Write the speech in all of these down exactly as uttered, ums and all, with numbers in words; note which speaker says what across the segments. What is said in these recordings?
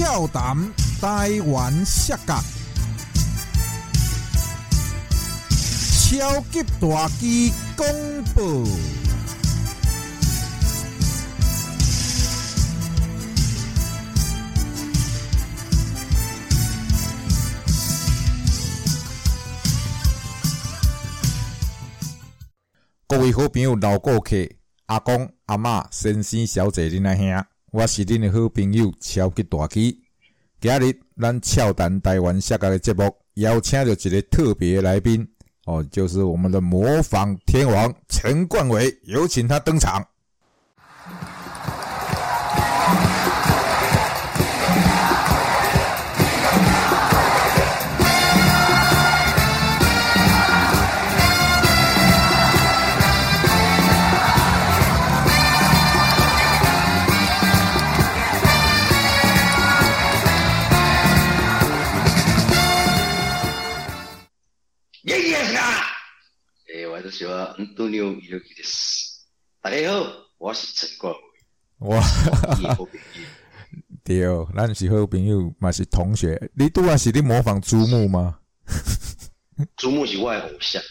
Speaker 1: 俏谈台湾视角，超级大机公布。各位好朋友、老顾客、阿公、阿嬷、先生、小姐、恁阿兄，我是恁的好朋友超级大基。今日咱俏谈台湾视角的节目，邀请到一个特别来宾哦，就是我们的模仿天王陈冠伟，有请他登场。
Speaker 2: 私は本当に有魅力です。大家好，我是陳冠偉。
Speaker 1: 哇，对，咱是好朋友，嘛是同学。你拄仔是你模仿珠穆吗？
Speaker 2: 珠穆是我的偶像。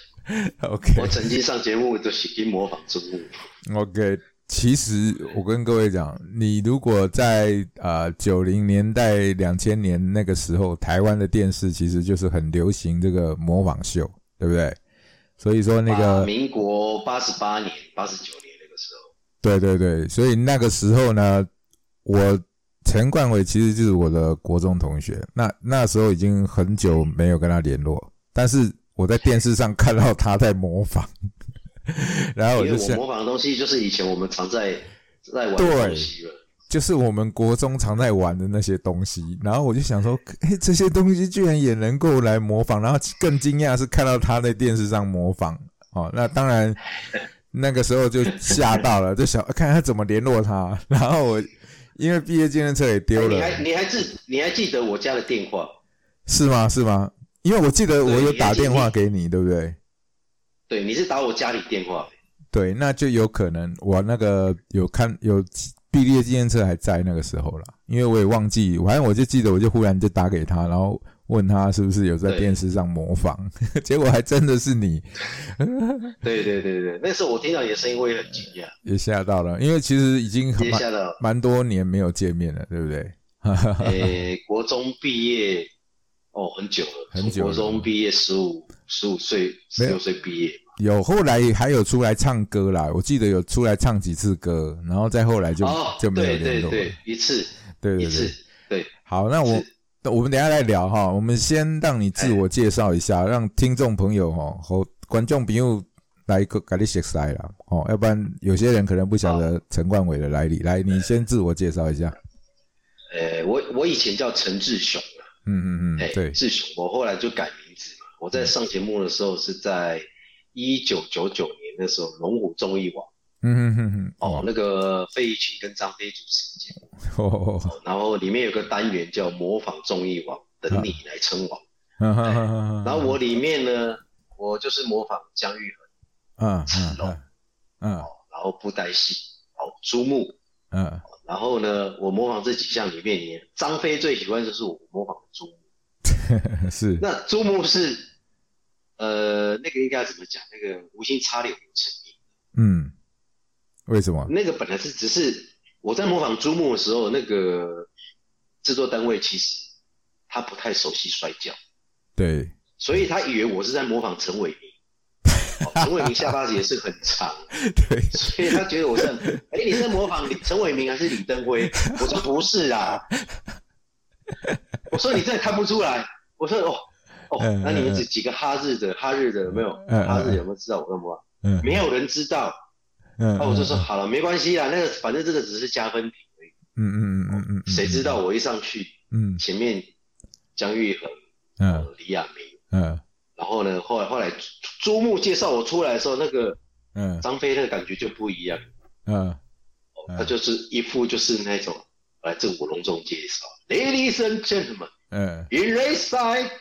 Speaker 1: OK，
Speaker 2: 我曾经上节目都是去模仿珠穆。
Speaker 1: OK， 其实我跟各位讲，你如果在呃九零年代、两千年那个时候，台湾的电视其实就是很流行这个模仿秀，对不对？所以说那个
Speaker 2: 民国八十八年、八十九年那个时候，
Speaker 1: 对对对，所以那个时候呢，我陈冠伟其实就是我的国中同学，那那时候已经很久没有跟他联络，但是我在电视上看到他在模仿，然后我就想，
Speaker 2: 因为我模仿的东西就是以前我们常在在玩的东西了。
Speaker 1: 就是我们国中常在玩的那些东西，然后我就想说，诶，这些东西居然也能够来模仿，然后更惊讶是看到他在电视上模仿，哦，那当然那个时候就吓到了，就想看他怎么联络他，然后我因为毕业纪念册也丢了，
Speaker 2: 你还你还记你还记得我家的电话？
Speaker 1: 是吗？是吗？因为我记得我有打电话给你，对不对？
Speaker 2: 对，你是打我家里电话。
Speaker 1: 对，那就有可能我那个有看有。毕业纪念册还在那个时候啦，因为我也忘记，反正我就记得，我就忽然就打给他，然后问他是不是有在电视上模仿，结果还真的是你。
Speaker 2: 对对对对，那时候我听到你的声音，我也很惊讶，
Speaker 1: 也吓到了，因为其实已经很蛮多年没有见面了，对不对？
Speaker 2: 诶、欸，国中毕业哦，很久了，
Speaker 1: 很久了。
Speaker 2: 国中毕业十五十五岁，十六岁毕业。
Speaker 1: 有后来还有出来唱歌啦，我记得有出来唱几次歌，然后再后来就、哦、就没有联络了。
Speaker 2: 对对对，一次，
Speaker 1: 对对对，
Speaker 2: 一次，对。
Speaker 1: 好，那我我们等一下来聊哈，我们先让你自我介绍一下，让听众朋友哈和观众朋友来个给你熟悉啦，哦，要不然有些人可能不晓得陈冠伟的来历。来，你先自我介绍一下。
Speaker 2: 呃，我我以前叫陈志雄啊，
Speaker 1: 嗯嗯嗯，对，
Speaker 2: 志雄，我后来就改名字嘛。我在上节目的时候是在一九九九年的时候，龙虎综艺网，
Speaker 1: 嗯哼哼哼，
Speaker 2: 哦，那个费玉清跟张飞主持节目，
Speaker 1: 哦，
Speaker 2: 哦，然后里面有个单元叫模仿综艺网，等你来称王，
Speaker 1: 嗯，
Speaker 2: 然后我里面呢，我就是模仿姜育恒，
Speaker 1: 嗯
Speaker 2: 成龙，
Speaker 1: 嗯，
Speaker 2: 然后布袋戏，哦，珠穆，
Speaker 1: 嗯，
Speaker 2: 然后呢，我模仿这几项里面，张飞最喜欢就是我模仿的珠穆，
Speaker 1: 是，
Speaker 2: 那珠穆是。呃，那个应该怎么讲？那个无心插柳柳成荫。
Speaker 1: 嗯，为什么？
Speaker 2: 那个本来是只是我在模仿珠穆的时候，那个制作单位其实他不太熟悉摔跤，
Speaker 1: 对，
Speaker 2: 所以他以为我是在模仿陈伟明。哦、陈伟明下巴也是很长，
Speaker 1: 对，
Speaker 2: 所以他觉得我是，哎、欸，你在模仿陈伟明还是李登辉？我说不是啊，我说你真的看不出来，我说哦。哦，那你们这几个哈日的哈日的有没有？哈日有没有知道我在模仿？嗯，没有人知道。嗯，那、啊、我就说好了，没关系啦，那个反正这个只是加分题而已。
Speaker 1: 嗯嗯嗯嗯嗯。
Speaker 2: 谁知道我一上去，嗯，前面姜育恒，嗯、呃，李亚明，嗯，然后呢，后来后来珠穆介绍我出来的时候，那个，嗯，张飞那个感觉就不一样。嗯，哦、他就是一副就是那种，来，这我隆重介绍 ，Ladies and gentlemen， 嗯 ，in race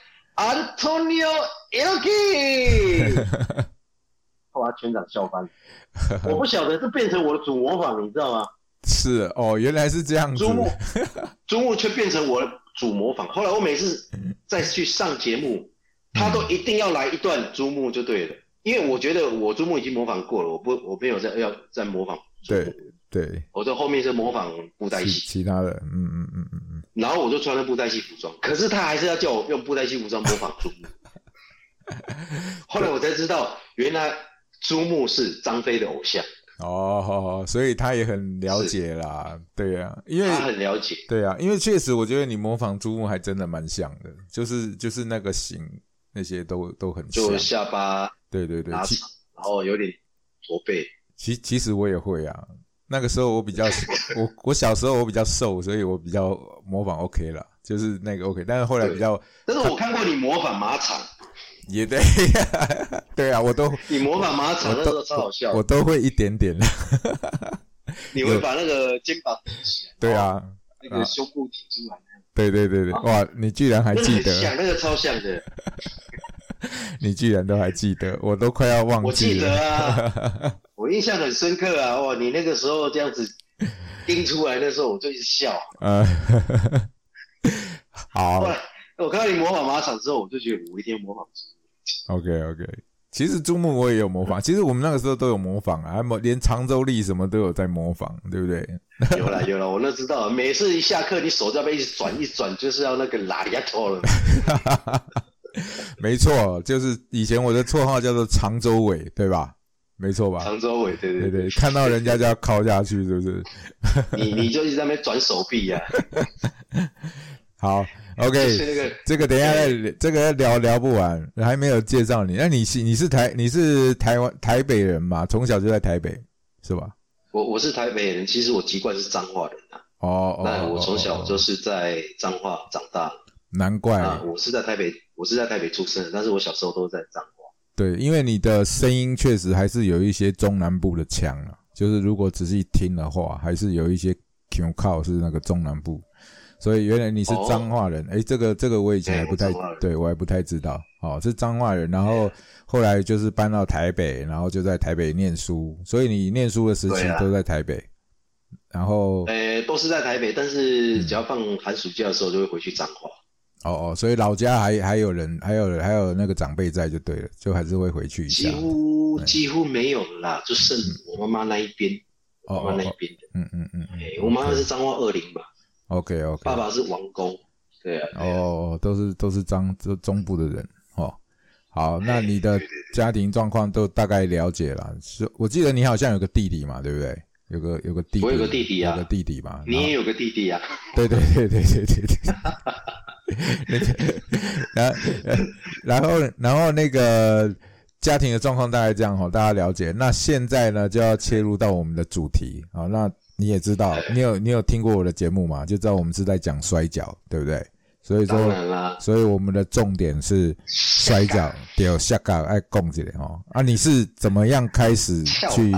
Speaker 2: side。Antonio Inoki， 后来全场笑翻，我不晓得这变成我的主模仿，你知道吗？
Speaker 1: 是哦，原来是这样子。
Speaker 2: 珠穆，珠穆却变成我的主模仿。后来我每次再去上节目，他都一定要来一段珠穆就对了，因为我觉得我珠穆已经模仿过了，我不我没有再要再模仿珠穆。
Speaker 1: 对对，
Speaker 2: 我在后面是模仿布袋戏，
Speaker 1: 其他的，嗯嗯嗯嗯嗯。
Speaker 2: 然后我就穿了布袋戏服装，可是他还是要叫我用布袋戏服装模仿珠穆。后来我才知道，原来珠穆是张飞的偶像。
Speaker 1: 哦，所以他也很了解啦，对啊，因为
Speaker 2: 他很了解，
Speaker 1: 对啊，因为确实我觉得你模仿珠穆还真的蛮像的，就是就是那个型那些都都很像，
Speaker 2: 就下巴，
Speaker 1: 对对对，
Speaker 2: 拉长，然后有点驼背。
Speaker 1: 其其实我也会啊，那个时候我比较我我小时候我比较瘦，所以我比较模仿 OK 啦，就是那个 OK， 但是后来比较，
Speaker 2: 但是我看过你模仿马场。
Speaker 1: 也对，对啊，我都
Speaker 2: 你模仿马场那时候超好笑，
Speaker 1: 我都会一点点。
Speaker 2: 你会把那个肩膀挺起来，
Speaker 1: 对啊，
Speaker 2: 那个胸部挺出来。
Speaker 1: 对对对对，啊、哇，你居然还记得？
Speaker 2: 像那个超像的，
Speaker 1: 你居然都还记得，我都快要忘记了。
Speaker 2: 我记得啊，我印象很深刻啊！哇，你那个时候这样子盯出来的时候，我就一直笑。
Speaker 1: 呃，好。
Speaker 2: 我看到你模仿马场之后，我就觉得我一定要模仿。
Speaker 1: OK OK， 其实珠穆我也有模仿，其实我们那个时候都有模仿啊，连长洲力什么都有在模仿，对不对？
Speaker 2: 有啦有啦，我都知道，每次一下课，你手在那边一直转一转，就是要那个拉里亚托了。
Speaker 1: 没错，就是以前我的绰号叫做长洲尾，对吧？没错吧？
Speaker 2: 长洲尾，对对
Speaker 1: 对, 对对，看到人家就要靠下去，是不是？
Speaker 2: 你你就一直在那边转手臂啊。
Speaker 1: 好。OK，
Speaker 2: 那个、
Speaker 1: 这个等一下这个聊聊不完，还没有介绍你。那你是你是台你是台湾台北人嘛？从小就在台北是吧？
Speaker 2: 我我是台北人，其实我籍贯是彰化人啊。
Speaker 1: 哦哦。
Speaker 2: 那我从小就是在彰化长大。
Speaker 1: 难怪。
Speaker 2: 啊，我是在台北，我是在台北出生的，但是我小时候都在彰化。
Speaker 1: 对，因为你的声音确实还是有一些中南部的腔啊，就是如果仔细听的话，还是有一些 Q 靠是那个中南部。所以原来你是彰化人，哎、哦，这个这个我以前还不太，欸、对我还不太知道，哦，是彰化人，然后后来就是搬到台北，然后就在台北念书，所以你念书的时期都在台北，啊、然后，
Speaker 2: 呃，都是在台北，但是只要放寒暑假的时候就会回去彰化。
Speaker 1: 哦哦，所以老家还还有人，还有还有那个长辈在就对了，就还是会回去一下。
Speaker 2: 几乎几乎没有了啦，就剩我妈妈那一边，
Speaker 1: 哦、
Speaker 2: 我妈妈那一边的，
Speaker 1: 嗯嗯嗯嗯，
Speaker 2: 欸、我妈妈是彰化二林吧。
Speaker 1: OK OK，
Speaker 2: 爸爸是王公，对啊，
Speaker 1: 对啊哦，都是都是中中部的人哦。好，那你的家庭状况都大概了解了。我记得你好像有个弟弟嘛，对不对？有个有个弟弟，
Speaker 2: 我有个弟弟啊，
Speaker 1: 有个弟弟嘛，
Speaker 2: 你也有个弟弟啊？
Speaker 1: 对对对对对对对。然后然后然后那个家庭的状况大概这样哈，大家了解。那现在呢，就要切入到我们的主题啊，那。你也知道，你有你有听过我的节目嘛？就知道我们是在讲摔跤，对不对？所以说，
Speaker 2: 当然啦，
Speaker 1: 所以我们的重点是摔跤，对，下岗爱讲一下哦。啊，你是怎么样开始去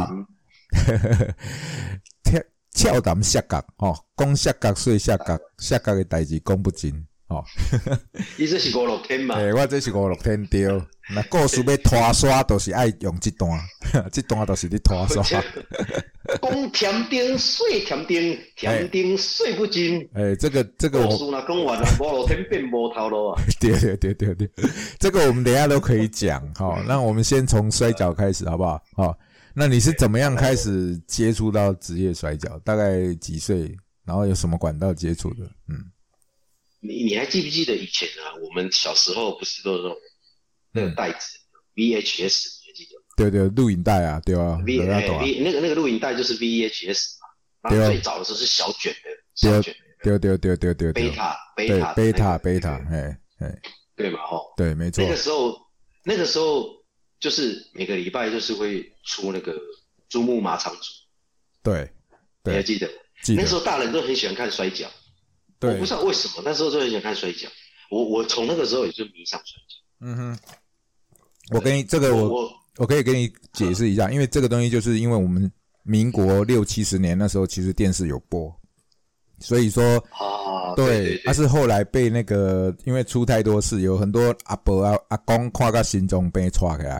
Speaker 1: 跳跳档下岗哦？讲下岗睡下岗，下岗的代志讲不尽哦。
Speaker 2: 你这是五六天嘛？
Speaker 1: 诶，我这是五六天对。那故事要拖刷，都是爱用这段，这段都是你拖刷。
Speaker 2: 讲甜丁睡甜丁，甜丁睡不尽。
Speaker 1: 哎，这个这个我。
Speaker 2: 故事那讲完了，五六天变无头路啊！
Speaker 1: 对对对对对，这个我们等一下都可以讲。好、哦，那我们先从摔跤开始，好不好？好、哦，那你是怎么样开始接触到职业摔跤？大概几岁？然后有什么管道接触的？嗯，
Speaker 2: 你你还记不记得以前啊？我们小时候不是都有那个袋子、嗯、V H S， 你还记得？对对，
Speaker 1: 录影带啊，对啊
Speaker 2: ，V V 那个那个录影带就是 V H S 嘛，然后最早的时候是小卷的，小卷的，
Speaker 1: 对对对对对对，
Speaker 2: 贝塔贝塔
Speaker 1: 贝塔贝塔，哎哎，
Speaker 2: 对嘛吼，
Speaker 1: 对，没错。
Speaker 2: 那个时候那个时候就是每个礼拜就是会出那个珠穆马场组，
Speaker 1: 对，
Speaker 2: 你还记得？记得。那时候大人都很喜欢看摔跤，我不知道为什么那时候就很喜欢看摔跤，我我从那个时候也就迷上摔跤。嗯哼，
Speaker 1: 我跟你这个我。我我可以给你解释一下，因为这个东西就是因为我们民国六七十年那时候其实电视有播，所以说
Speaker 2: 啊，
Speaker 1: 对，
Speaker 2: 对对对
Speaker 1: 他、啊、是后来被那个因为出太多事，有很多阿伯啊阿公看到心脏病抓起来，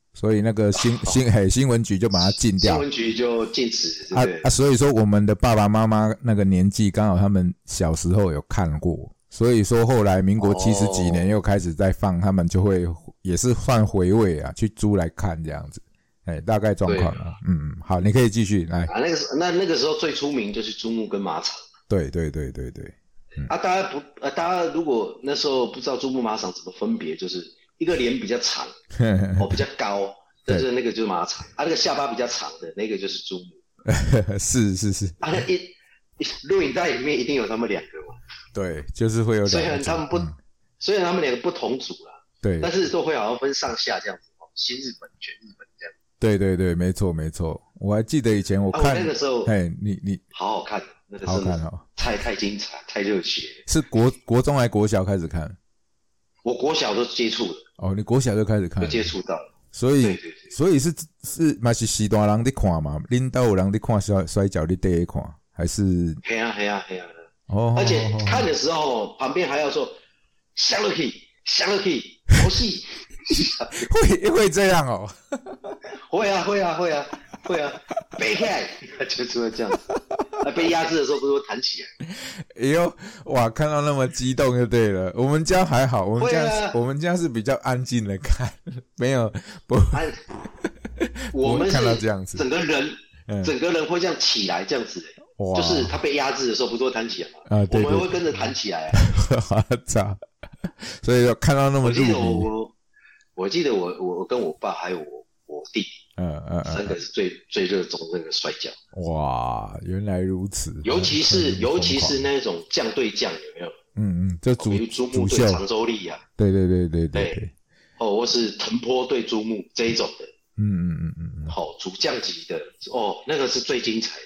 Speaker 1: 所以那个新新嘿新闻局就把它禁掉，
Speaker 2: 新闻局就禁止，对不对？
Speaker 1: 啊啊，所以说我们的爸爸妈妈那个年纪刚好他们小时候有看过，所以说后来民国七十几年又开始在放，他们就会也是算回味啊，去租来看这样子。哎，大概状况啊，嗯嗯，好，你可以继续来。
Speaker 2: 啊，那个那那个时候最出名就是珠穆跟马场。
Speaker 1: 对对对对对。
Speaker 2: 嗯、啊，大家不呃，大家如果那时候不知道珠穆马场怎么分别，就是一个脸比较长，哦比较高，但是那个就是马场，啊那个下巴比较长的那个就是珠穆。
Speaker 1: 是是是。
Speaker 2: 啊，那一录影带里面一定有他们两个嘛。
Speaker 1: 对，就是会有两个。
Speaker 2: 虽然他们不，嗯、虽然他们两个不同组啦，
Speaker 1: 对，
Speaker 2: 但是都会好像分上下这样子哦，新日本、全日本这样。
Speaker 1: 对对对，没错没错，我还记得以前我看、
Speaker 2: 啊、我那个时候，
Speaker 1: 哎，你你
Speaker 2: 好好看，那个
Speaker 1: 好好看哦，
Speaker 2: 太太精彩，太热血。
Speaker 1: 是国国中还国小开始看？
Speaker 2: 我国小就接触了。
Speaker 1: 哦，你国小就开始看，
Speaker 2: 就接触到了。
Speaker 1: 所以，
Speaker 2: 对对对，
Speaker 1: 所以是是嘛是时大人在看嘛，恁兜有人在看摔摔跤，你第一看还是？
Speaker 2: 嘿啊嘿啊嘿啊！
Speaker 1: 哦，
Speaker 2: 而且看的时候旁边还要说下落去，下落去，游戏。
Speaker 1: 会会这样哦？
Speaker 2: 会啊会啊会啊会啊，背起来就是会这样子。啊，被压制的时候不是会弹起来？
Speaker 1: 哎呦，哇，看到那么激动就对了。我们家还好，我们家、啊、我们家是比较安静的看，没有不。
Speaker 2: 安我们是
Speaker 1: 看到这样子，
Speaker 2: 整个人、嗯、整个人会这样起来，这样子。哇，就是他被压制的时候不是会弹起来吗？啊，对对对，我们会跟着弹起来啊。
Speaker 1: 我操！所以看到那么入迷。
Speaker 2: 我我记得我我跟我爸还有我我弟，嗯嗯嗯，三个是最最热衷那个摔跤。
Speaker 1: 哇，原来如此。
Speaker 2: 尤其是尤其是那种将对将，有没有？
Speaker 1: 嗯嗯，就主
Speaker 2: 珠穆对长州力啊。
Speaker 1: 对对对对对对。
Speaker 2: 哦，或是藤坡对珠穆这一种的。
Speaker 1: 嗯嗯嗯嗯嗯。
Speaker 2: 好，主将级的哦，那个是最精彩的。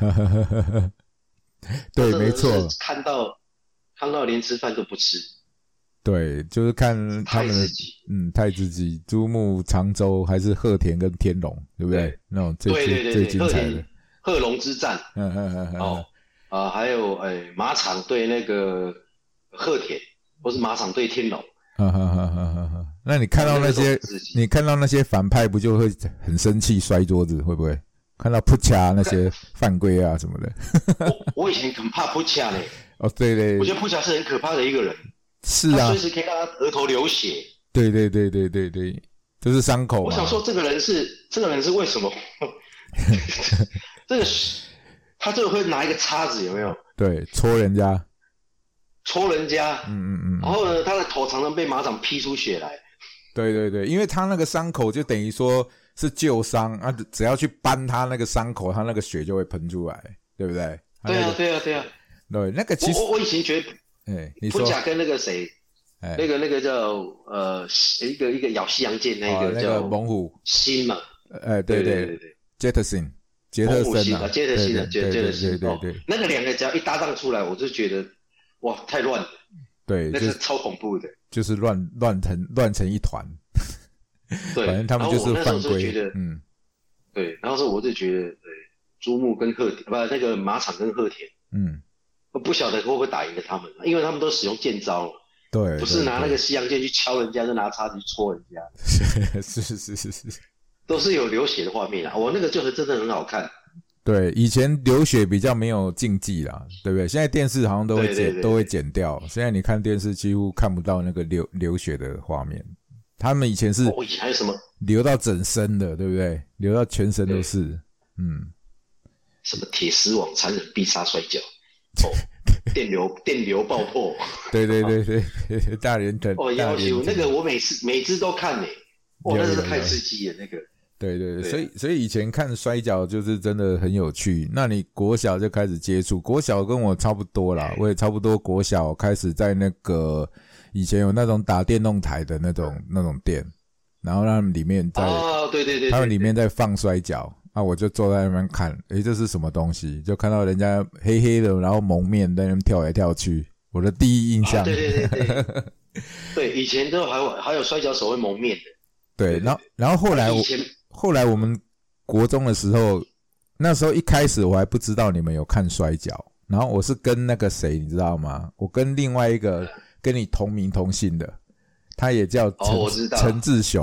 Speaker 1: 对，没错。
Speaker 2: 看到看到连吃饭都不吃。
Speaker 1: 对，就是看他们的嗯太子级、珠穆、常州还是鹤田跟天龙，对不对？对那种最
Speaker 2: 对对对
Speaker 1: 最精彩的
Speaker 2: 鹤龙之战。嗯嗯嗯哦啊、呃，还有哎、欸、马场对那个鹤田，或是马场对天龙。
Speaker 1: 哈哈哈哈哈哈！那你看到那些，你看到那些反派，不就会很生气摔桌子？会不会看到扑恰那些犯规啊什么的？
Speaker 2: 我我以前很怕扑恰呢。
Speaker 1: 哦，对对，
Speaker 2: 我觉得扑恰是很可怕的一个人。
Speaker 1: 是啊，
Speaker 2: 他随时可以让他额头流血。
Speaker 1: 对对对对对对，就是伤口嘛。
Speaker 2: 我想说，这个人是这个人是为什么？这个他这个会拿一个叉子，有没有？
Speaker 1: 对，戳人家，
Speaker 2: 戳人家。
Speaker 1: 嗯嗯嗯。
Speaker 2: 然后呢，他的头常常被马掌劈出血来。
Speaker 1: 对对对，因为他那个伤口就等于说是旧伤啊，只要去扳他那个伤口，他那个血就会喷出来，对不对？
Speaker 2: 对啊对啊对啊。
Speaker 1: 对，那个其实
Speaker 2: 我我以前觉得。
Speaker 1: 哎，你说
Speaker 2: 扑恰跟那个谁，哎、那个那个叫呃一个一个咬西洋剑那个叫、
Speaker 1: 哦那个、猛虎
Speaker 2: 新嘛，
Speaker 1: 哎对对对对，杰特森，杰特森啊，
Speaker 2: 杰特森啊，杰特森，
Speaker 1: 对对对，
Speaker 2: 那个两个只要一搭档出来，我就觉得哇太乱了，
Speaker 1: 对，
Speaker 2: 那是超恐怖的，
Speaker 1: 就是乱乱成乱成一团，
Speaker 2: 对，
Speaker 1: 反正他们就是犯规，
Speaker 2: 嗯，对，然后说我就觉得，对，珠穆跟鹤田不那个马场跟鹤田，嗯。不晓得会不会打赢了他们，因为他们都使用剑招，
Speaker 1: 对，
Speaker 2: 不是拿那个西洋剑去敲人家，就拿叉子去戳人家，
Speaker 1: 是是是是是，
Speaker 2: 都是有流血的画面啊。我那个就是真的很好看。
Speaker 1: 对，以前流血比较没有禁忌啦，对不对？现在电视好像都会剪，对对对都会剪掉。现在你看电视几乎看不到那个流流血的画面。他们以前是，
Speaker 2: 哦，以前还有什么
Speaker 1: 流到整身的，对不对？流到全身都是，嗯，
Speaker 2: 什么铁丝网、残忍必杀摔跤。哦，电流电流爆破，
Speaker 1: 对对对对，大连藤
Speaker 2: 哦，要求那个我每次每次都看呢，哦，那是太刺激了那个。
Speaker 1: 对对对，所以所以以前看摔跤就是真的很有趣。那你国小就开始接触，国小跟我差不多啦，我也差不多国小开始在那个以前有那种打电动台的那种那种店，然后他们里面在
Speaker 2: 哦，对对对，
Speaker 1: 他们里面在放摔跤。那、啊、我就坐在那边看，诶，这是什么东西？就看到人家黑黑的，然后蒙面在那边跳来跳去。我的第一印象，啊、
Speaker 2: 对对对对，对，以前都还有还有摔跤手会蒙面的。
Speaker 1: 对，对对然后然后后来我后来我们国中的时候，那时候一开始我还不知道你们有看摔跤，然后我是跟那个谁，你知道吗？我跟另外一个跟你同名同姓的，他也叫陈、
Speaker 2: 哦、我知道
Speaker 1: 陈志雄。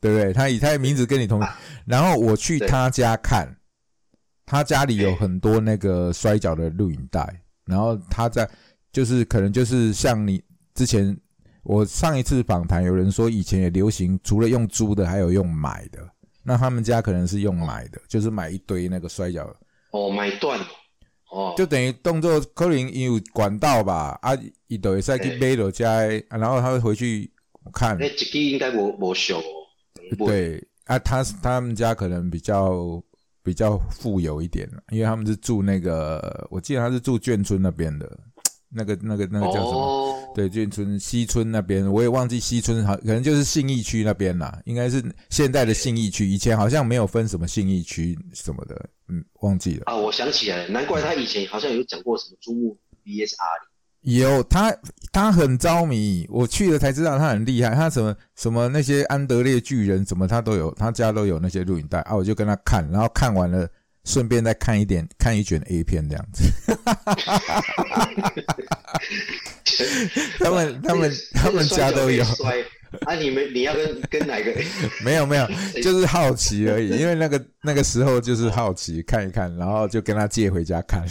Speaker 1: 对不对？他以他的名字跟你同名，然后我去他家看，他家里有很多那个摔跤的录影带，然后他在就是可能就是像你之前我上一次访谈有人说以前也流行除了用租的还有用买的，那他们家可能是用买的，就是买一堆那个摔跤的
Speaker 2: 哦，买断哦，
Speaker 1: 就等于动作可能有管道吧，啊，他就会可以去买到家的、啊，然后他会回去看。
Speaker 2: 那这个应该没没熟哦。
Speaker 1: 对啊，他他们家可能比较比较富有一点，因为他们是住那个，我记得他是住眷村那边的，那个那个那个叫什么？哦、对，眷村西村那边，我也忘记西村，好可能就是信义区那边啦，应该是现在的信义区，以前好像没有分什么信义区什么的，嗯，忘记了。
Speaker 2: 啊，我想起来了，难怪他以前好像有讲过什么珠穆 V S 阿里。
Speaker 1: 有他，他很着迷，我去了才知道他很厉害。他什么什么那些安德烈巨人什么，他都有，他家都有那些录影带啊。我就跟他看，然后看完了，顺便再看一点，看一卷 A 片这样子。他们他们他们家都有。
Speaker 2: 啊，你们你要跟跟哪个？
Speaker 1: 没有没有，就是好奇而已。因为那个那个时候就是好奇看一看，然后就跟他借回家看。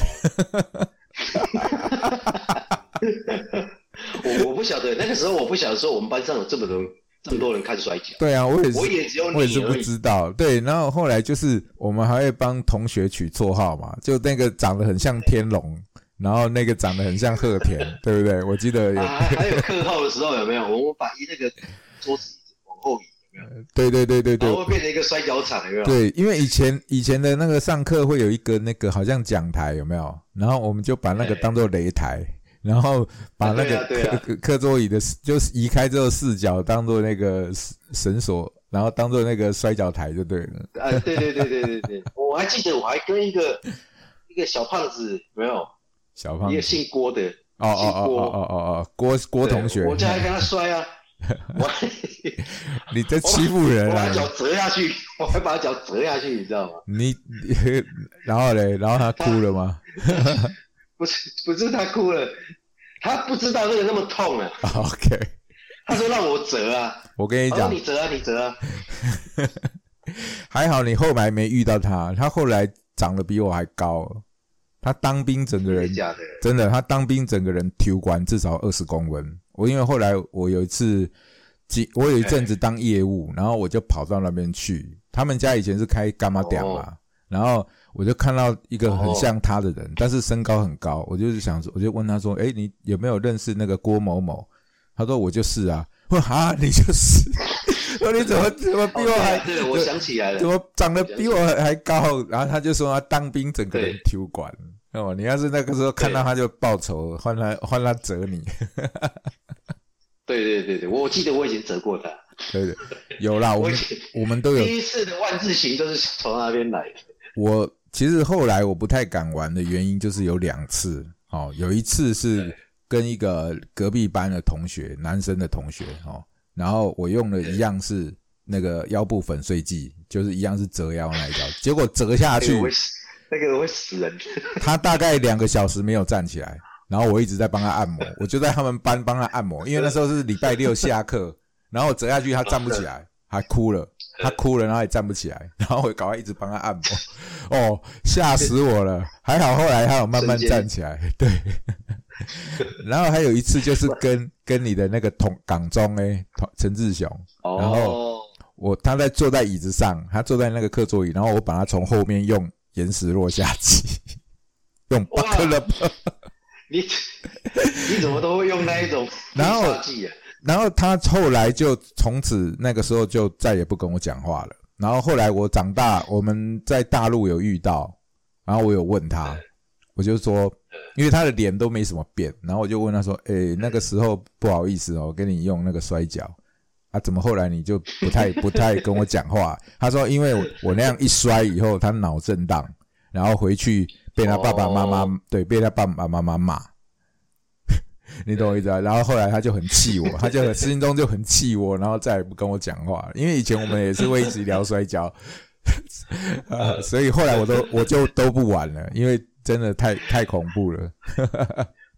Speaker 2: 我我不晓得那个时候，我不晓得说我们班上有这么多这么多人看摔跤。
Speaker 1: 对啊，我也是，
Speaker 2: 我也只有你
Speaker 1: 我也是不知道。对，然后后来就是我们还会帮同学取绰号嘛，就那个长得很像天龙，然后那个长得很像鹤田，对不对？我记得有。
Speaker 2: 啊、还有课后的时候有没有？我们把那个桌子往后移。
Speaker 1: 对对对对对，
Speaker 2: 然后会变成一个摔跤场，有没有？
Speaker 1: 对，因为以前以前的那个上课会有一个那个好像讲台，有没有？然后我们就把那个当做擂台，然后把那个课课桌椅的就是移开之后视角当做那个绳索，然后当做那个摔跤台就对了。
Speaker 2: 啊，对对对对对对，我还记得我还跟一个一个小胖子，有没有？
Speaker 1: 小胖子，
Speaker 2: 一个姓郭的，
Speaker 1: 哦哦哦哦哦哦，郭郭同学，
Speaker 2: 我家还跟他摔啊。我
Speaker 1: 你在欺负人啊！
Speaker 2: 我把脚折下去，我还把脚折下去，你知道吗？
Speaker 1: 你然后嘞，然后他哭了吗？
Speaker 2: 不是，不是他哭了，他不知道那个那么痛啊。
Speaker 1: OK，
Speaker 2: 他说让我折啊。
Speaker 1: 我跟你讲，
Speaker 2: 你折啊，你折啊。
Speaker 1: 还好你后来没遇到他，他后来长得比我还高。他当兵整个人真的，他当兵整个人体管至少二十公分。我因为后来我有一次，我有一阵子当业务，然后我就跑到那边去。他们家以前是开干妈店嘛，哦、然后我就看到一个很像他的人，哦、但是身高很高。我就是想说，我就问他说：“哎，你有没有认识那个郭某某？”他说：“我就是啊。”我说：“啊，你就是？说你怎么怎么比我还？
Speaker 2: 哦、对，我想起来了，
Speaker 1: 怎么长得比我还高？”然后他就说他当兵整个人体管。哦，你要是那个时候看到他就报仇，换他换他折你。
Speaker 2: 对对对对，我记得我以前折过他。
Speaker 1: 对对，有啦，我们我们都有。
Speaker 2: 第一次的万字形都是从那边来的。
Speaker 1: 我其实后来我不太敢玩的原因就是有两次，哦，有一次是跟一个隔壁班的同学，男生的同学，哦，然后我用的一样是那个腰部粉碎剂，就是一样是折腰那一招，结果折下去。
Speaker 2: 那个会死人。
Speaker 1: 他大概两个小时没有站起来，然后我一直在帮他按摩，我就在他们班帮他按摩，因为那时候是礼拜六下课，然后我折下去他站不起来，还哭了，他哭了，然后也站不起来，然后我赶快一直帮他按摩，哦，吓死我了，还好后来他有慢慢站起来，对。然后还有一次就是跟跟你的那个同港中诶陈志雄，然后我他在坐在椅子上，他坐在那个课桌椅，然后我把他从后面用岩石落下机，用巴克勒。
Speaker 2: 你你怎么都会用那一种必杀技啊？
Speaker 1: 然后他后来就从此那个时候就再也不跟我讲话了。然后后来我长大，我们在大陆有遇到，然后我有问他，我就说，因为他的脸都没什么变，然后我就问他说：“诶，那个时候不好意思哦，跟你用那个摔跤啊，怎么后来你就不太不太跟我讲话？”他说：“因为我我那样一摔以后，他脑震荡，然后回去被他爸爸妈妈、哦、对被他爸爸妈妈骂。”你懂我意思啊？然后后来他就很气我，他就很心中就很气我，然后再也不跟我讲话。因为以前我们也是会一直聊摔跤，呃，所以后来我都我就都不玩了，因为真的太太恐怖了。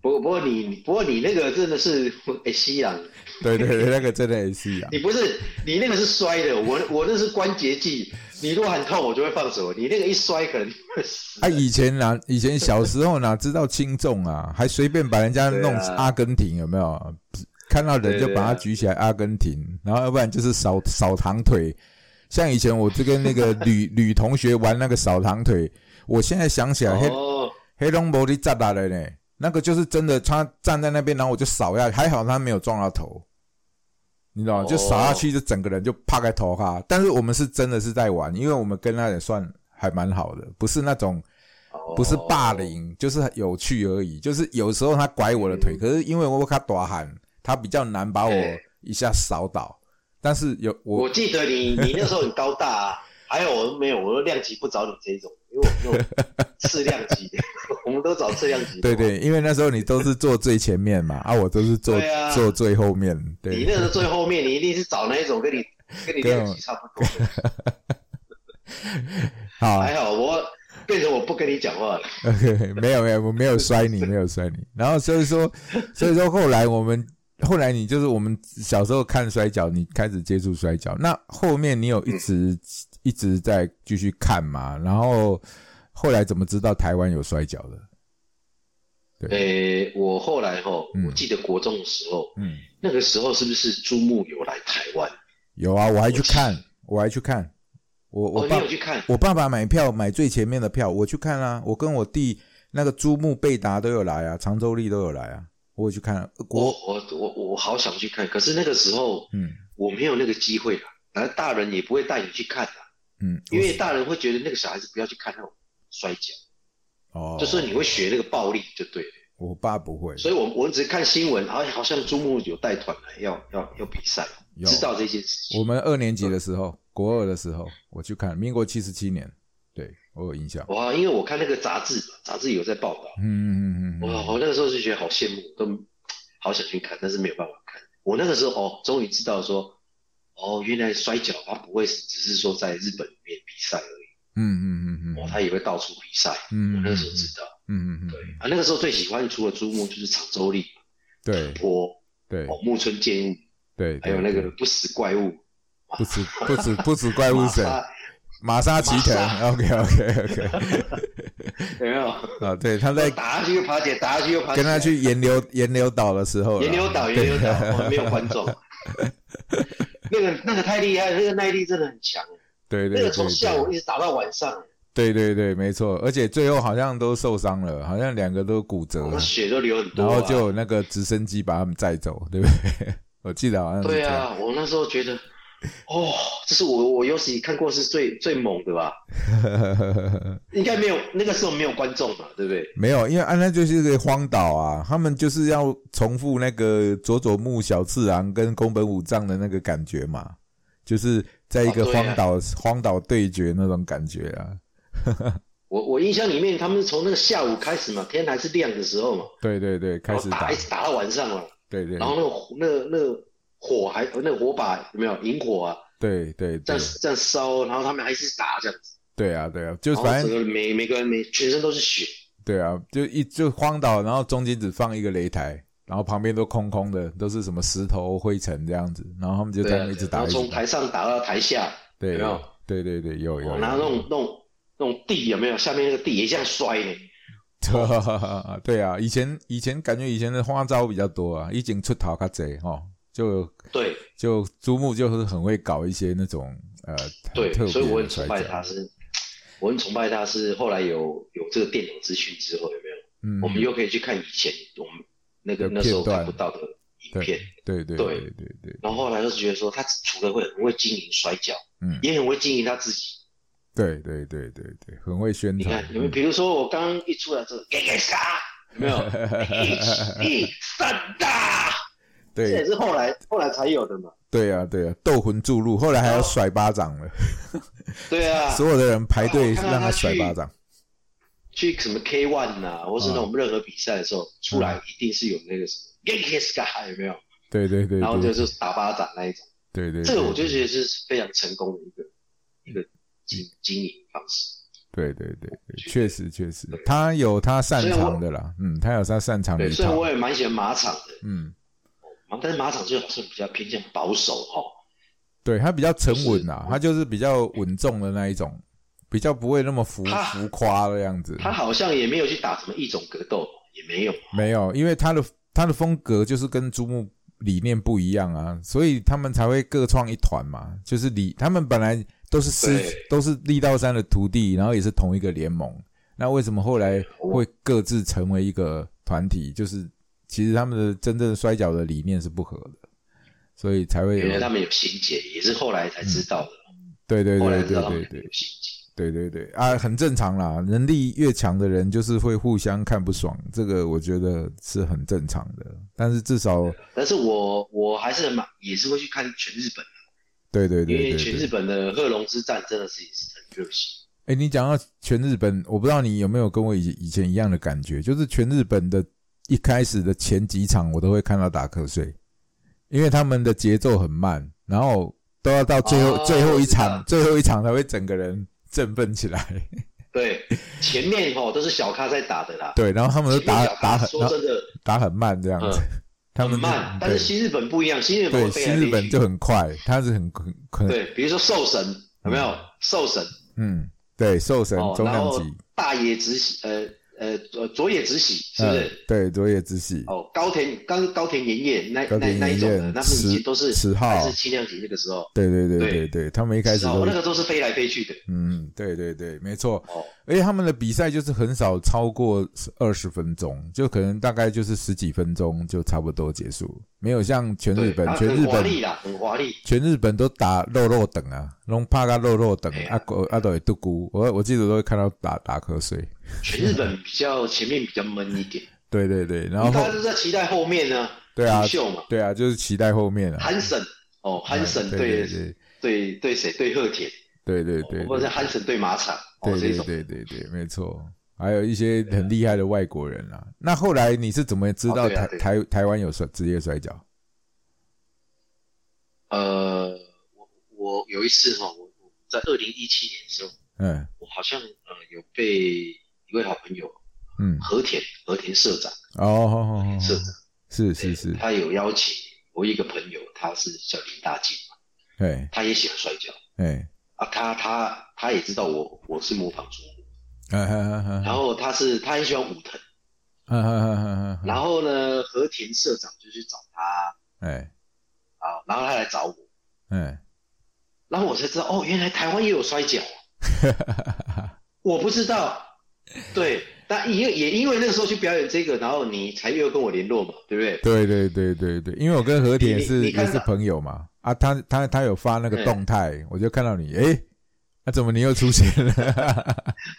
Speaker 2: 不不过你不过你那个真的是哎西洋，
Speaker 1: 对对对，那个真的很西洋。
Speaker 2: 你不是你那个是摔的，我我那是关节技。你如果很痛，我就会放手。你那个一摔，可能会死。
Speaker 1: 啊，以前哪以前小时候哪知道轻重啊，还随便把人家弄阿根廷有没有？看到人就把他举起来阿根廷，然后要不然就是扫扫堂腿。像以前我就跟那个吕吕同学玩那个扫堂腿，我现在想起来，黑黑龙没的炸打的呢，那个就是真的，他站在那边，然后我就扫下去，还好他没有撞到头。你知道吗？就扫下去，就整个人就趴在头下。但是我们是真的是在玩，因为我们跟他也算还蛮好的，不是那种，不是霸凌，就是有趣而已。就是有时候他拐我的腿，可是因为我比较大汉，他比较难把我一下扫倒。但是有我，
Speaker 2: 我记得你你那时候很高大啊，还有我没有，我量级不找你这一种，因为我们次量级，我们都找次量级。
Speaker 1: 对对，因为那时候你都是坐最前面嘛，啊，我都是坐、啊、坐最后面。对，
Speaker 2: 你那个最后面，你一定是找那一种跟你跟你量级差不多的。
Speaker 1: 好，
Speaker 2: 还好我变成我不跟你讲话了。
Speaker 1: OK， 没有没有，我没有摔你，没有摔你。然后所以说，所以说后来我们。后来你就是我们小时候看摔跤，你开始接触摔跤，那后面你有一直、嗯、一直在继续看嘛？然后后来怎么知道台湾有摔跤的？
Speaker 2: 对，呃，我后来齁、嗯，我记得国中的时候，嗯，那个时候是不是朱木有来台湾？
Speaker 1: 有啊，我还去看，我还去看，我我爸、
Speaker 2: 哦、你有去看？
Speaker 1: 我爸爸买票买最前面的票，我去看啊，我跟我弟那个朱木贝达都有来啊，常州立都有来啊。我有去看国，
Speaker 2: 我我我我好想去看，可是那个时候，嗯，我没有那个机会啦。然后大人也不会带你去看啦，嗯，因为大人会觉得那个小孩子不要去看那种摔跤，哦，就是你会学那个暴力就对了。
Speaker 1: 我爸不会，
Speaker 2: 所以我我只看新闻，好像好像朱木有带团来要要要比赛，知道这些事情。
Speaker 1: 我们二年级的时候，国二的时候，我去看，民国七十七年，对我有印象。
Speaker 2: 哇，因为我看那个杂志，杂志有在报道。嗯嗯嗯嗯。哇，我那个时候就觉得好羡慕，都好想去看，但是没有办法看。我那个时候哦，终于知道说，哦，原来摔跤它不会只是说在日本里面比赛而已。嗯嗯嗯嗯。哦，它也会到处比赛。嗯。我那个时候知道。嗯嗯嗯。对啊，那个时候最喜欢除了珠穆就是长州力，
Speaker 1: 对，
Speaker 2: 坡，
Speaker 1: 对，
Speaker 2: 哦，木村健吾，
Speaker 1: 对，
Speaker 2: 还有那个不死怪物，
Speaker 1: 不死不死不死怪物神。马沙奇藤 ，OK OK OK，
Speaker 2: 有没有？
Speaker 1: 啊，对，他在
Speaker 2: 打下去又爬起来，打下去又爬起来。
Speaker 1: 跟他去岩流岩流岛的时候，
Speaker 2: 岩流岛岩流岛没有观众，那个那个太厉害，那个耐力真的很强。
Speaker 1: 对 对, 对，
Speaker 2: 那个从下午一直打到晚上。
Speaker 1: 对对对，没错，而且最后好像都受伤了，好像两个都骨折了，
Speaker 2: 哦、血都流很多、啊，
Speaker 1: 然后就有那个直升机把他们载走，对不对？我记得好像是这样。
Speaker 2: 对啊，我那时候觉得。哦，这是我我有史看过是最最猛的吧？应该没有，那个时候没有观众嘛，对不对？
Speaker 1: 没有，因为安那就是个荒岛啊，他们就是要重复那个佐佐木小次郎跟宫本武藏的那个感觉嘛，就是在一个荒岛、啊啊、荒岛对决那种感觉啊。
Speaker 2: 我我印象里面，他们是从那个下午开始嘛，天还是亮的时候嘛，
Speaker 1: 对对对，开始
Speaker 2: 打，一直打到晚上嘛，
Speaker 1: 对 对, 對，
Speaker 2: 然后那个那个那个。火还那个火把有没有引火啊？
Speaker 1: 对对，
Speaker 2: 这样这样烧，然后他们还是打这样子。
Speaker 1: 对啊对啊，就反正整
Speaker 2: 个每每个人每全身都是血。
Speaker 1: 对啊，就一就荒岛，然后中间只放一个擂台，然后旁边都空空的，都是什么石头灰尘这样子，然后他们就在那一直打，
Speaker 2: 然后从台上打到台下，
Speaker 1: 对，
Speaker 2: 有没有？
Speaker 1: 对对对，有有。
Speaker 2: 然后那种那种那种地有没有？下面那个地也这样摔呢。
Speaker 1: 对啊，以前以前感觉以前的花招比较多啊，已经出头较济齁。就
Speaker 2: 对，
Speaker 1: 就珠穆就是很会搞一些那种呃，
Speaker 2: 对，所以我很崇拜他是，我很崇拜他是后来有有这个电脑资讯之后有没有？嗯，我们又可以去看以前我们那个那时候看不到的影片，
Speaker 1: 对对对对对对。
Speaker 2: 然后后来就是觉得说，他除了会很会经营摔跤，嗯，也很会经营他自己。
Speaker 1: 对对对对对，很会宣传。
Speaker 2: 你看，有没有？比如说我刚刚一出来这个，给给杀，有没有？一、一、三大。
Speaker 1: 对，
Speaker 2: 这也是后来后来才有的嘛。
Speaker 1: 对啊，对啊，斗魂注入，后来还要甩巴掌了。
Speaker 2: 对啊，
Speaker 1: 所有的人排队让他甩巴掌。
Speaker 2: 去什么 K 一 啊，或是那种任何比赛的时候，出来一定是有那个什么 Genki-Ska 有没有？
Speaker 1: 对对对。
Speaker 2: 然后就是打巴掌那一种。
Speaker 1: 对对。
Speaker 2: 这个我就觉得是非常成功的一个一个经经营方式。
Speaker 1: 对对对对，确实确实，他有他擅长的啦，嗯，他有他擅长的一套。
Speaker 2: 对，所以我也蛮喜欢马场的，嗯，但是马场就好像比较偏向保守哦。
Speaker 1: 对，他比较沉稳啊，他就是比较稳重的那一种，比较不会那么浮浮夸的样子。
Speaker 2: 他好像也没有去打什么异种格斗，也没有，
Speaker 1: 没有，因为他的他的风格就是跟珠穆理念不一样啊，所以他们才会各创一团嘛，就是理他们本来。都是师都是力道山的徒弟，然后也是同一个联盟。那为什么后来会各自成为一个团体？就是其实他们的真正的摔跤的理念是不合的，所以才会有。
Speaker 2: 原来他们有心结，也是后来才知道的。
Speaker 1: 嗯、对对对对对对，对对对啊，很正常啦。能力越强的人，就是会互相看不爽，这个我觉得是很正常的。但是至少，
Speaker 2: 但是我我还是蛮也是会去看全日本。
Speaker 1: 对对 对, 对, 对，
Speaker 2: 因为全日本的贺龙之战真的是也是很热血。
Speaker 1: 哎，你讲到全日本，我不知道你有没有跟我以以前一样的感觉，就是全日本的一开始的前几场我都会看到打瞌睡，因为他们的节奏很慢，然后都要到最后、哦、最后一场最后一场才会整个人振奋起来。
Speaker 2: 对，前面哦都是小咖在打的啦。
Speaker 1: 对，然后他们都打打很
Speaker 2: 说真的
Speaker 1: 打很慢这样子。嗯
Speaker 2: 他们很慢，但是新日本不一样，新日本
Speaker 1: 对新日本就很快，它是很很
Speaker 2: 对，比如说兽神有没有？嗯、兽神，
Speaker 1: 嗯，对，兽神、哦、中量级，
Speaker 2: 大野直喜，呃呃呃，佐野直喜是不是？
Speaker 1: 嗯、对，佐野直喜。
Speaker 2: 哦，高田刚高田研业那那那一种的，那是以前都是
Speaker 1: 十号，
Speaker 2: 还是轻量级那个时候。
Speaker 1: 对对对对 对, 对，他们一开始都
Speaker 2: 那个都是飞来飞去的。
Speaker 1: 嗯，对对对，没错。哦，而且他们的比赛就是很少超过二十分钟，就可能大概就是十几分钟就差不多结束，没有像全日本，全日本
Speaker 2: 很华丽啦，很华丽。
Speaker 1: 全日本都打肉肉等啊，拢拍个肉肉等，啊啊都会嘟咕，我我记得都会看到打打瞌睡。
Speaker 2: 全日本比较前面比较闷一点。
Speaker 1: 对对对，然后
Speaker 2: 大家都在期待后面呢。
Speaker 1: 对啊，
Speaker 2: 秀嘛，
Speaker 1: 对啊，就是期待后面啊。
Speaker 2: 韩神哦，韩神对对对谁对鹤田。
Speaker 1: 对对对，
Speaker 2: 或者是汉神对马场，
Speaker 1: 对对对对对，没错，还有一些很厉害的外国人啊。那后来你是怎么知道台、哦啊、台台湾有摔职业摔跤？
Speaker 2: 呃，我我有一次哈，我我在二零一七年的时候，嗯，我好像呃有被一位好朋友，嗯，和田和田社长
Speaker 1: 哦，好好好，
Speaker 2: 社长
Speaker 1: 是是是，
Speaker 2: 他有邀请我一个朋友，他是叫林大进嘛，对，他也喜欢摔跤，哎。啊，他他他也知道我我是模仿珠穆，啊啊啊、然后他是他很喜欢武藤，啊啊啊啊、然后呢和田社长就去找他，哎，啊，然后他来找我，哎，然后我才知道哦，原来台湾也有摔跤，我不知道，对，但因为也因为那个时候去表演这个，然后你才又跟我联络嘛，对不对？
Speaker 1: 对对对对对，因为我跟和田是也是朋友嘛。啊，他他他有发那个动态，嗯、我就看到你，哎，那、啊、怎么你又出现了？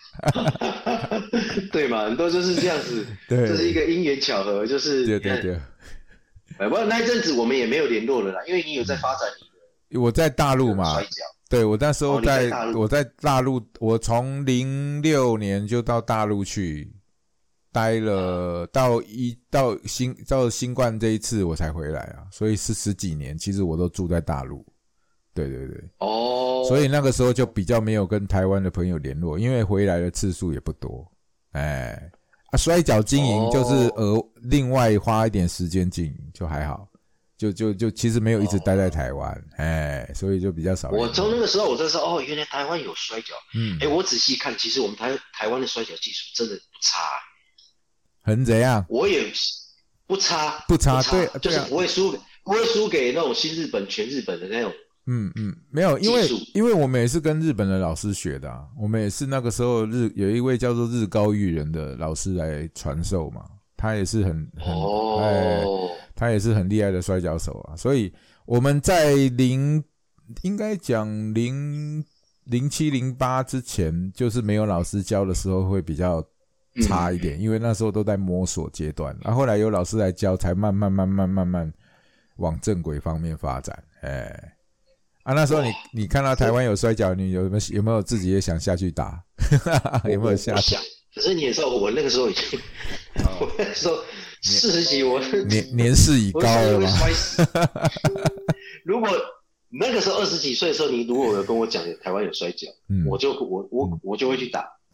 Speaker 2: 对嘛，很多就是这样子，对，这是一个因缘巧合，就是
Speaker 1: 对对对。
Speaker 2: 不过那一阵子我们也没有联络了啦，因为你有在发展你
Speaker 1: 的。我在大陆嘛，对，我那时候在，哦、在我在大陆，我从零六年就到大陆去。待了到一到新到新冠这一次我才回来啊，所以是十几年，其实我都住在大陆。对对对，哦，所以那个时候就比较没有跟台湾的朋友联络，因为回来的次数也不多。哎，啊，摔跤经营就是额另外花一点时间经营，就还好，就就就其实没有一直待在台湾，哎，所以就比较少。
Speaker 2: 我从那个时候我就说哦，原来台湾有摔跤，嗯，哎，我仔细看，其实我们台台湾的摔跤技术真的不差。
Speaker 1: 很怎样？
Speaker 2: 我也不差，
Speaker 1: 不差，
Speaker 2: 不差
Speaker 1: 对，
Speaker 2: 就是不会输，不会输给那种新日本、全日本的那种。
Speaker 1: 嗯嗯，没有，因为因为我们也是跟日本的老师学的啊，我们也是那个时候日有一位叫做日高裕人的老师来传授嘛，他也是很很哦、哎，他也是很厉害的摔跤手啊，所以我们在零应该讲零零七零八之前，就是没有老师教的时候会比较。差一点，因为那时候都在摸索阶段，然后后来有老师来教，才慢慢慢慢慢慢往正轨方面发展。哎，啊，那时候你你看到台湾有摔跤，你有没有有没有自己也想下去打？有没有下去？
Speaker 2: 想，可是你也知道，我那个时候已经，哦、我那时候四十几，我
Speaker 1: 年年事已高了嘛。
Speaker 2: 如果那个时候二十几岁的时候，你如果有跟我讲台湾有摔跤，嗯、我就我我我就会去打。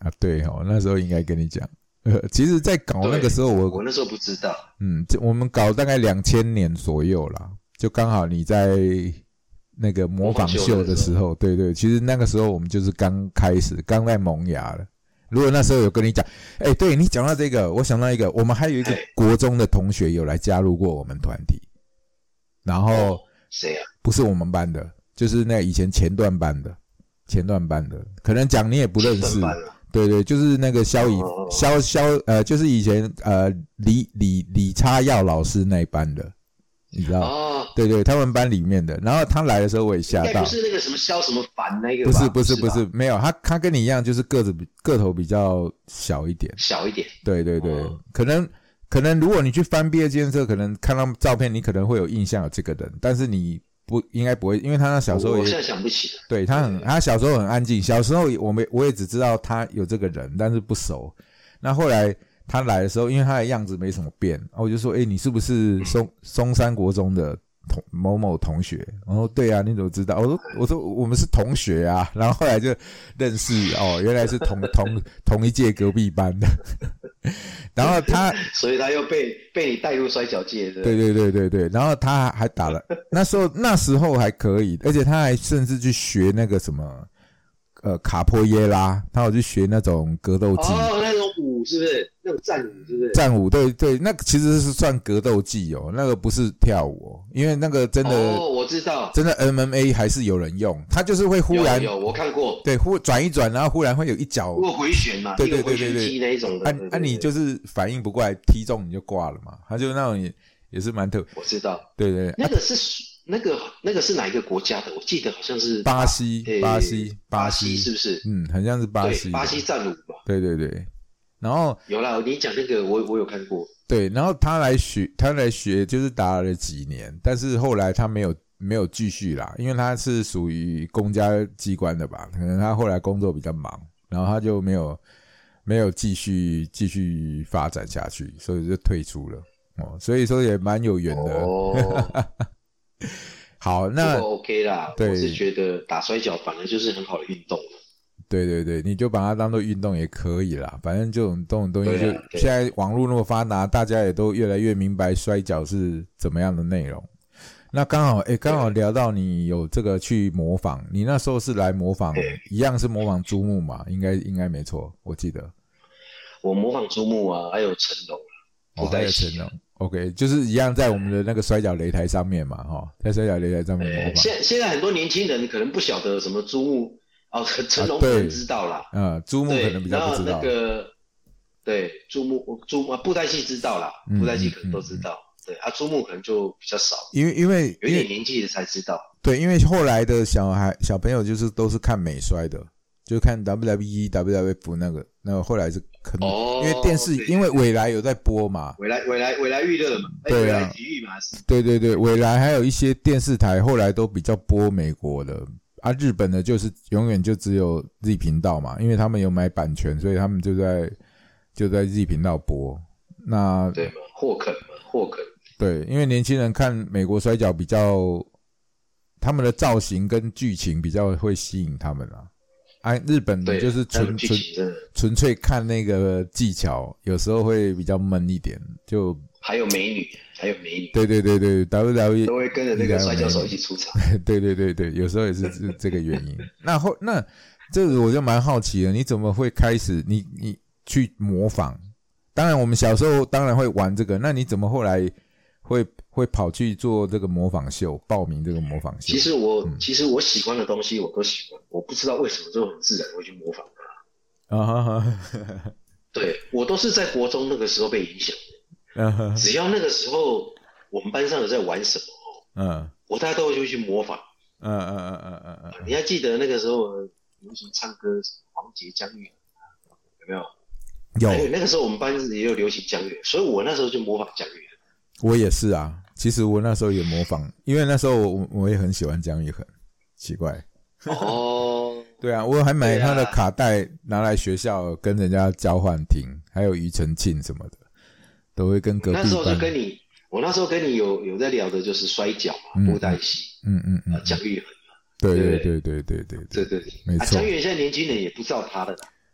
Speaker 1: 啊，对哦，那时候应该跟你讲。呃，其实，在搞那个时候我，
Speaker 2: 我我那时候不知道。
Speaker 1: 嗯，我们搞大概两千年左右啦，就刚好你在那个模仿秀的时候，对对，其实那个时候我们就是刚开始，刚在萌芽了。如果那时候有跟你讲，哎、欸，对你讲到这个，我想到一个，我们还有一个国中的同学有来加入过我们团体，然后
Speaker 2: 谁啊？
Speaker 1: 不是我们班的，就是那以前前段班的，前段班的，可能讲你也不认识。对对，就是那个萧以萧萧呃，就是以前呃李李李叉耀老师那一班的，你知道？哦，对对，他们班里面的。然后他来的时候我也吓到。
Speaker 2: 应该不是那个什么萧什么凡那个吧？
Speaker 1: 不是不是不是，没有他他跟你一样，就是个子个头比较小一点。
Speaker 2: 小一点。对
Speaker 1: 对对，哦、可能可能如果你去翻毕业纪念册，可能看到照片，你可能会有印象有这个人，但是你。不应该不会，因为他那小时候也，
Speaker 2: 我现在想不起了。
Speaker 1: 对他很，他小时候很安静。小时候我们我也只知道他有这个人，但是不熟。那后来他来的时候，因为他的样子没什么变，我就说：“哎、欸，你是不是松松山国中的同某某同学？”然后对啊，你怎么知道？我说我说我们是同学啊。然后后来就认识哦，原来是同同同一届隔壁班的。然后他，
Speaker 2: 所以他又被被你带入摔跤界，
Speaker 1: 对对对对对。然后他还打了，那时候那时候还可以，而且他还甚至去学那个什么，呃，卡波耶拉，他有去学那种格斗技。
Speaker 2: 哦，那种舞是不是？那种战舞是不是？
Speaker 1: 战舞，对对，那个其实是算格斗技哦，那个不是跳舞哦，因为那个真的，
Speaker 2: 哦，我知道，
Speaker 1: 真的 M M A 还是有人用，他就是会忽然
Speaker 2: 有有我看过，
Speaker 1: 对，忽转一转，然后忽然会有一脚，
Speaker 2: 会回旋嘛，
Speaker 1: 对对对对对，
Speaker 2: 那一种的，
Speaker 1: 啊啊，你就是反应不过来，踢中你就挂了嘛，他就那种也也是蛮特，
Speaker 2: 我知道，
Speaker 1: 对对，
Speaker 2: 那个是。那个那个是哪一个国家的？我记得好像是
Speaker 1: 巴西，
Speaker 2: 欸、
Speaker 1: 巴西，
Speaker 2: 巴西是不是？
Speaker 1: 嗯，很像是巴西，
Speaker 2: 巴西战舞吧？
Speaker 1: 对对对。然后
Speaker 2: 有啦，你讲那个我我有看过。
Speaker 1: 对，然后他来学，他来学就是打了几年，但是后来他没有没有继续啦，因为他是属于公家机关的吧，可能他后来工作比较忙，然后他就没有没有继续继续发展下去，所以就退出了哦。所以说也蛮有缘的。哦好，那
Speaker 2: 这个 OK 啦。我是觉得打摔跤反而就是很好的运动。
Speaker 1: 对对对，你就把它当做运动也可以啦。反正这种这种东西就，就现在网络那么发达，大家也都越来越明白摔跤是怎么样的内容。那刚好，诶，刚好聊到你有这个去模仿，你那时候是来模仿，一样是模仿珠穆嘛？应该应该没错，我记得。
Speaker 2: 我模仿珠穆啊，还有成龙，
Speaker 1: 哦，还有成龙。OK， 就是一样在我们的那个摔跤擂台上面嘛，哈，在摔跤擂台上面模仿。
Speaker 2: 现现在很多年轻人可能不晓得什么珠穆哦，成龙可能知道啦，
Speaker 1: 嗯，珠穆可能比较不知道。
Speaker 2: 那个对珠穆珠穆布袋戏知道啦，布袋戏可能都知道，嗯嗯嗯、对啊，珠穆可能就比较少，
Speaker 1: 因为因为
Speaker 2: 有点年纪的才知道。
Speaker 1: 对，因为后来的小孩小朋友就是都是看美摔的。就看 W W E、W W F 那个，那个后来是可能、哦、因为电视，因为未来有在播嘛，
Speaker 2: 未来未来未来娱乐嘛，
Speaker 1: 对啊，
Speaker 2: 未来体育嘛，
Speaker 1: 对对对，未来还有一些电视台后来都比较播美国的啊，日本的就是永远就只有 Z 频道嘛，因为他们有买版权，所以他们就在就在 Z 频道播。那
Speaker 2: 对嘛，霍肯嘛，霍肯。
Speaker 1: 对，因为年轻人看美国摔跤比较，他们的造型跟剧情比较会吸引他们啦。啊，日本的就是纯纯纯粹看那个技巧，有时候会比较闷一点。就
Speaker 2: 还有美女，还有美女。
Speaker 1: 对对对对 ，W W E
Speaker 2: 都会跟着那个摔跤手一起出场。
Speaker 1: 对对对对，有时候也是是这个原因。那后那这个我就蛮好奇的，你怎么会开始你你去模仿？当然我们小时候当然会玩这个，那你怎么后来会会跑去做这个模仿秀，报名这个模仿秀？
Speaker 2: 其实我、嗯、其实我喜欢的东西我都喜欢，我不知道为什么就很自然会去模仿它。啊哈哈，对，我都是在国中那个时候被影响的。啊哈，只要那个时候我们班上有在玩什么，嗯，我大家都会去模仿。嗯嗯嗯嗯嗯嗯，你还记得那个时候流行唱歌黄杰江玉有没有？有。还有那个时候我们班也有流行江玉，所以我那时候就模仿江玉。
Speaker 1: 我也是啊，其实我那时候也模仿，因为那时候我我也很喜欢姜育恒，奇怪。哦，对啊，我还买他的卡带拿来学校跟人家交换听，还有庾澄庆什么的，都会跟隔壁班。
Speaker 2: 那时候就跟你，我那时候跟你有有在聊的就是摔跤嘛，布袋戏，嗯嗯嗯，姜育恒嘛，
Speaker 1: 对对对对对对
Speaker 2: 对对，
Speaker 1: 没错。
Speaker 2: 姜育恒现在年轻人也不知道他的啦。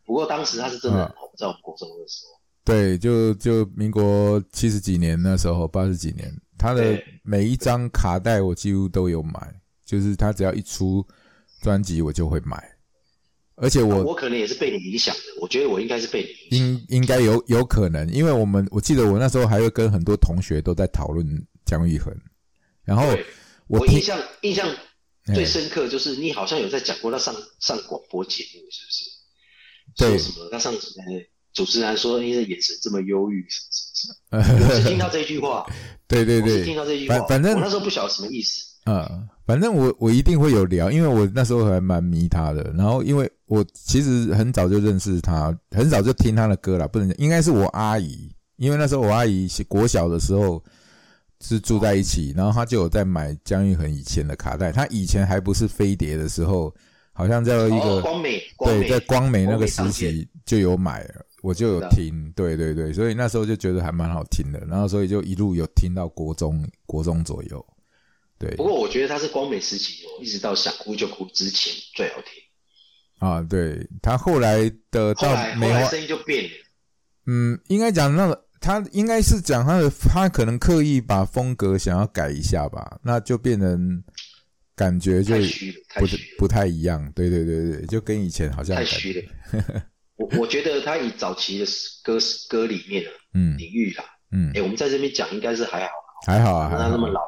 Speaker 2: 不过当时他是真的很红，在我们国中的时候。
Speaker 1: 对，就就民国七十几年那时候，八十几年，他的每一张卡带我几乎都有买，就是他只要一出专辑我就会买，而且我、
Speaker 2: 啊、我可能也是被你影响的，我觉得我应该是被你影响，
Speaker 1: 应应该有有可能，因为我们我记得我那时候还会跟很多同学都在讨论姜育恒，然后我
Speaker 2: 我印象印象最深刻就是你好像有在讲过他上上广播节目，是不是？
Speaker 1: 对，
Speaker 2: 说什么他上什么？主持人说：“你的眼神这么忧郁，什么什么什么。”我是听到这句话，
Speaker 1: 对对对，
Speaker 2: 我是听到这句话，
Speaker 1: 反正
Speaker 2: 我那时候不晓得什么意思。
Speaker 1: 嗯，反正我我一定会有聊，因为我那时候还蛮迷他的。然后，因为我其实很早就认识他，很早就听他的歌啦，不能讲，应该是我阿姨，因为那时候我阿姨国小的时候是住在一起，然后她就有在买姜育恒以前的卡带，她以前还不是飞碟的时候，好像在一个、
Speaker 2: 哦、光美，光美
Speaker 1: 对，在光美那个时期就有买了。我就有听，对对对，所以那时候就觉得还蛮好听的，然后所以就一路有听到国中国中左右，对。
Speaker 2: 不过我觉得他是光美时期哦，一直到想哭就哭之前最好听
Speaker 1: 啊。对，他后来的到梅花，
Speaker 2: 后来声音就变了。
Speaker 1: 嗯，应该讲那个他应该是讲他的，他可能刻意把风格想要改一下吧，那就变成感觉就不不太一样。对对对对，就跟以前好像
Speaker 2: 太虚了。我我觉得他以早期的歌歌里面的嗯领域啦，嗯，哎，我们在这边讲应该是还好，
Speaker 1: 还好啊，
Speaker 2: 他那么老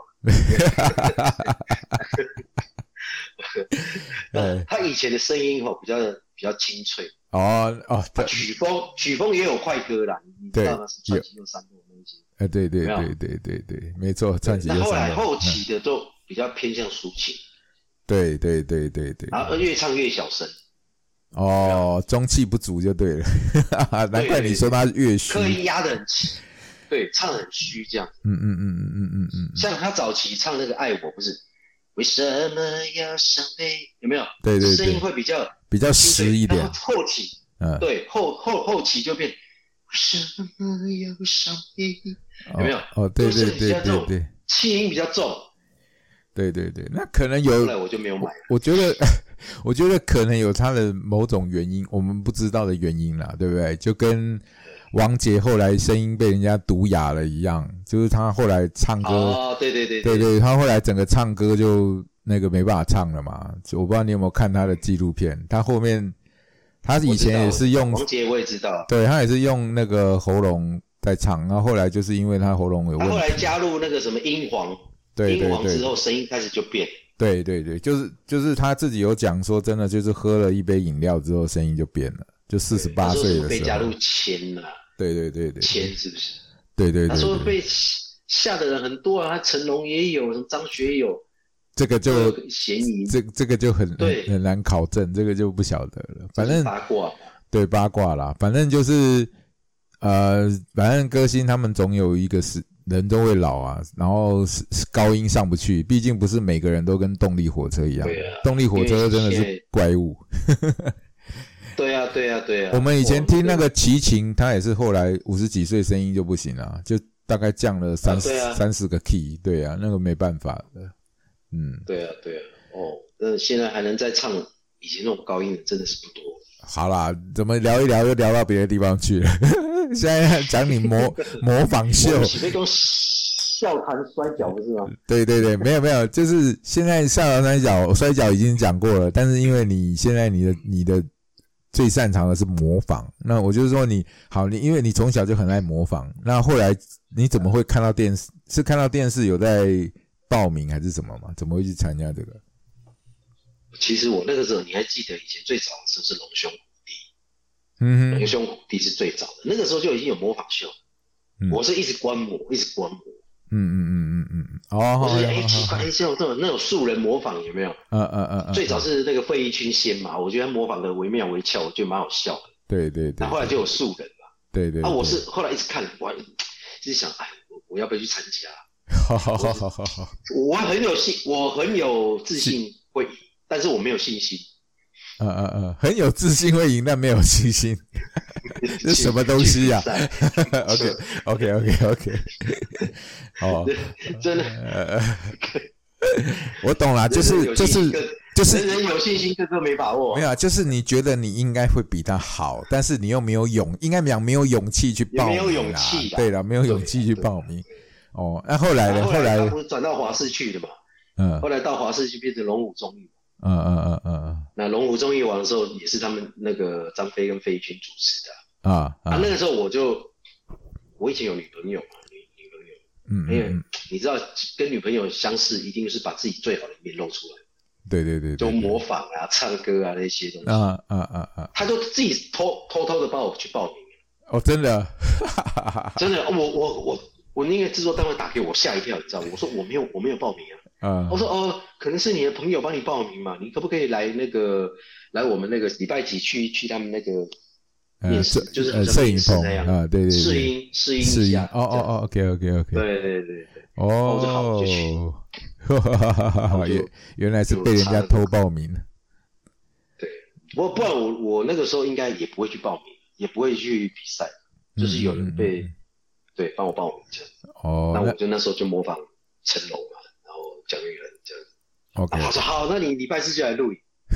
Speaker 2: 了，他以前的声音吼比较比较清脆
Speaker 1: 哦哦，
Speaker 2: 他曲风曲风也有快歌啦，你知道吗？传奇又三个那些，
Speaker 1: 哎，对对对对对对，没错，传奇又三个。
Speaker 2: 那后来后期的都比较偏向抒情，
Speaker 1: 对对对对对，
Speaker 2: 然后越唱越小声。
Speaker 1: 哦，中气不足就对了，难怪你说他越虚，
Speaker 2: 刻意压得很轻，对，唱得很虚这样。
Speaker 1: 嗯嗯嗯嗯嗯嗯嗯，
Speaker 2: 像他早期唱那个《爱我》，不是为什么要伤悲，有没有？
Speaker 1: 对对对，
Speaker 2: 声音会比较
Speaker 1: 比较实一点。
Speaker 2: 后期，嗯，对，后后后期就变为什么要伤悲，有没有？
Speaker 1: 哦，对对对对对，
Speaker 2: 气音比较重。
Speaker 1: 对对对，那可能有，
Speaker 2: 后来我就没有买了。
Speaker 1: 我觉得，我觉得可能有他的某种原因，我们不知道的原因啦，对不对？就跟王杰后来声音被人家毒哑了一样，就是他后来唱歌，
Speaker 2: 哦，对对对，
Speaker 1: 对对，他后来整个唱歌就那个没办法唱了嘛。我不知道你有没有看他的纪录片，他后面他以前也是用
Speaker 2: 王杰，我也知道，
Speaker 1: 对他也是用那个喉咙在唱，然后后来就是因为他喉咙有问题，
Speaker 2: 他后来加入那个什么英皇。
Speaker 1: 对对对，英
Speaker 2: 皇之后声音开始就变。
Speaker 1: 对对对，就是就是他自己有讲说，真的就是喝了一杯饮料之后声音就变了，就四十八岁的时候。
Speaker 2: 被加入签了。
Speaker 1: 对对对对。
Speaker 2: 签是不是？
Speaker 1: 对对对。
Speaker 2: 他说被下的人很多啊，成龙也有，什么张学友。
Speaker 1: 这个就
Speaker 2: 嫌疑。
Speaker 1: 这这个就很很很难考证，这个就不晓得了。反正
Speaker 2: 八卦。
Speaker 1: 对八卦啦，反正就是呃，反正歌星他们总有一个是。人都会老啊，然后高音上不去，毕竟不是每个人都跟动力火车一样。
Speaker 2: 对啊，
Speaker 1: 动力火车真的是怪物。
Speaker 2: 对啊，对啊，对啊。
Speaker 1: 我们以前听那个齐秦，他也是后来五十几岁声音就不行了，就大概降了三十、啊、三十个 key。对啊，那个没办法的。嗯，
Speaker 2: 对啊，对啊。哦，那现在还能再唱以前那种高音的真的是不多。
Speaker 1: 好啦，怎么聊一聊又聊到别的地方去了？现在讲你模模仿秀，
Speaker 2: 那种笑谈摔跤不是吗？
Speaker 1: 对对对，没有没有，就是现在笑谈摔跤，摔跤已经讲过了，但是因为你现在你的你的最擅长的是模仿，那我就是说你好，你因为你从小就很爱模仿，那后来你怎么会看到电视？是看到电视有在报名还是什么吗？怎么会去参加这个？
Speaker 2: 其实我那个时候，你还记得以前最早的时候是龙兄虎弟，
Speaker 1: 嗯哼，
Speaker 2: 龙兄虎弟是最早的，那个时候就已经有模仿秀，嗯、我是一直观摩，一直观摩，
Speaker 1: 嗯嗯嗯嗯嗯，哦，
Speaker 2: 我是哎奇怪，哎像这种那种素人模仿有没有？
Speaker 1: 嗯嗯嗯，
Speaker 2: 最早是那个费玉清先嘛，我觉得他模仿的惟妙惟肖，我觉得蛮好笑的，
Speaker 1: 对对对，
Speaker 2: 那后来就有素人嘛，
Speaker 1: 对 对, 對，
Speaker 2: 啊，我是后来一直看，我一直想，哎，我我要不要去参加？
Speaker 1: 好好好好好好，
Speaker 2: 我很有信，我很有自信会赢。但是我没有信心，
Speaker 1: 嗯嗯嗯，很有自信会赢，但没有信心，这什么东西呀、啊、？OK OK OK OK， 哦，
Speaker 2: 真的，
Speaker 1: 呃、我懂啦，就是就是就就是
Speaker 2: 人人有信心，个个没把握。
Speaker 1: 没有啊，就是你觉得你应该会比他好，但是你又没有勇，应该讲没有勇气去报名啦。
Speaker 2: 没有勇气啦，
Speaker 1: 对了，没有勇气去报名。哦，那、啊、后来呢？
Speaker 2: 后
Speaker 1: 来
Speaker 2: 他不是转到华视去的嘛？嗯，后来到华视就变成龙虎综艺。
Speaker 1: 嗯嗯嗯嗯嗯。
Speaker 2: 那龙虎综艺完的时候，也是他们那个张飞跟费玉清主持的。
Speaker 1: 啊啊！
Speaker 2: 啊，那个时候我就，我以前有女朋友嘛，女女朋友。嗯，因为你知道，跟女朋友相识，一定是把自己最好的一面露出来。
Speaker 1: 对对 对, 对，
Speaker 2: 就模仿啊、唱歌啊那些东西。
Speaker 1: 啊啊啊啊！
Speaker 2: 他就自己偷偷偷的帮我去报名。
Speaker 1: 哦，真的？
Speaker 2: 真的，我我我我那个制作单位打给我，吓一跳，你知道吗？我说我没有我没有报名啊。嗯。我说哦，可能是你的朋友帮你报名嘛，你可不可以来那个来我们那个礼拜几去去他们那个面试，呃、就是
Speaker 1: 摄影棚
Speaker 2: 那样
Speaker 1: 啊，对对对，
Speaker 2: 试音试音一下。
Speaker 1: 哦哦哦 ，OK OK OK。
Speaker 2: 对对对对。
Speaker 1: 哦。
Speaker 2: 我就好就去。
Speaker 1: 原原来是被人家偷报名。
Speaker 2: 对，不不然我我那个时候应该也不会去报名，也不会去比赛，就是有人被、嗯、对帮我报名这样。哦，那我就那时候就模仿成龙嘛，然后蒋玉仁这样。OK。他说好，那你礼拜四就来录影。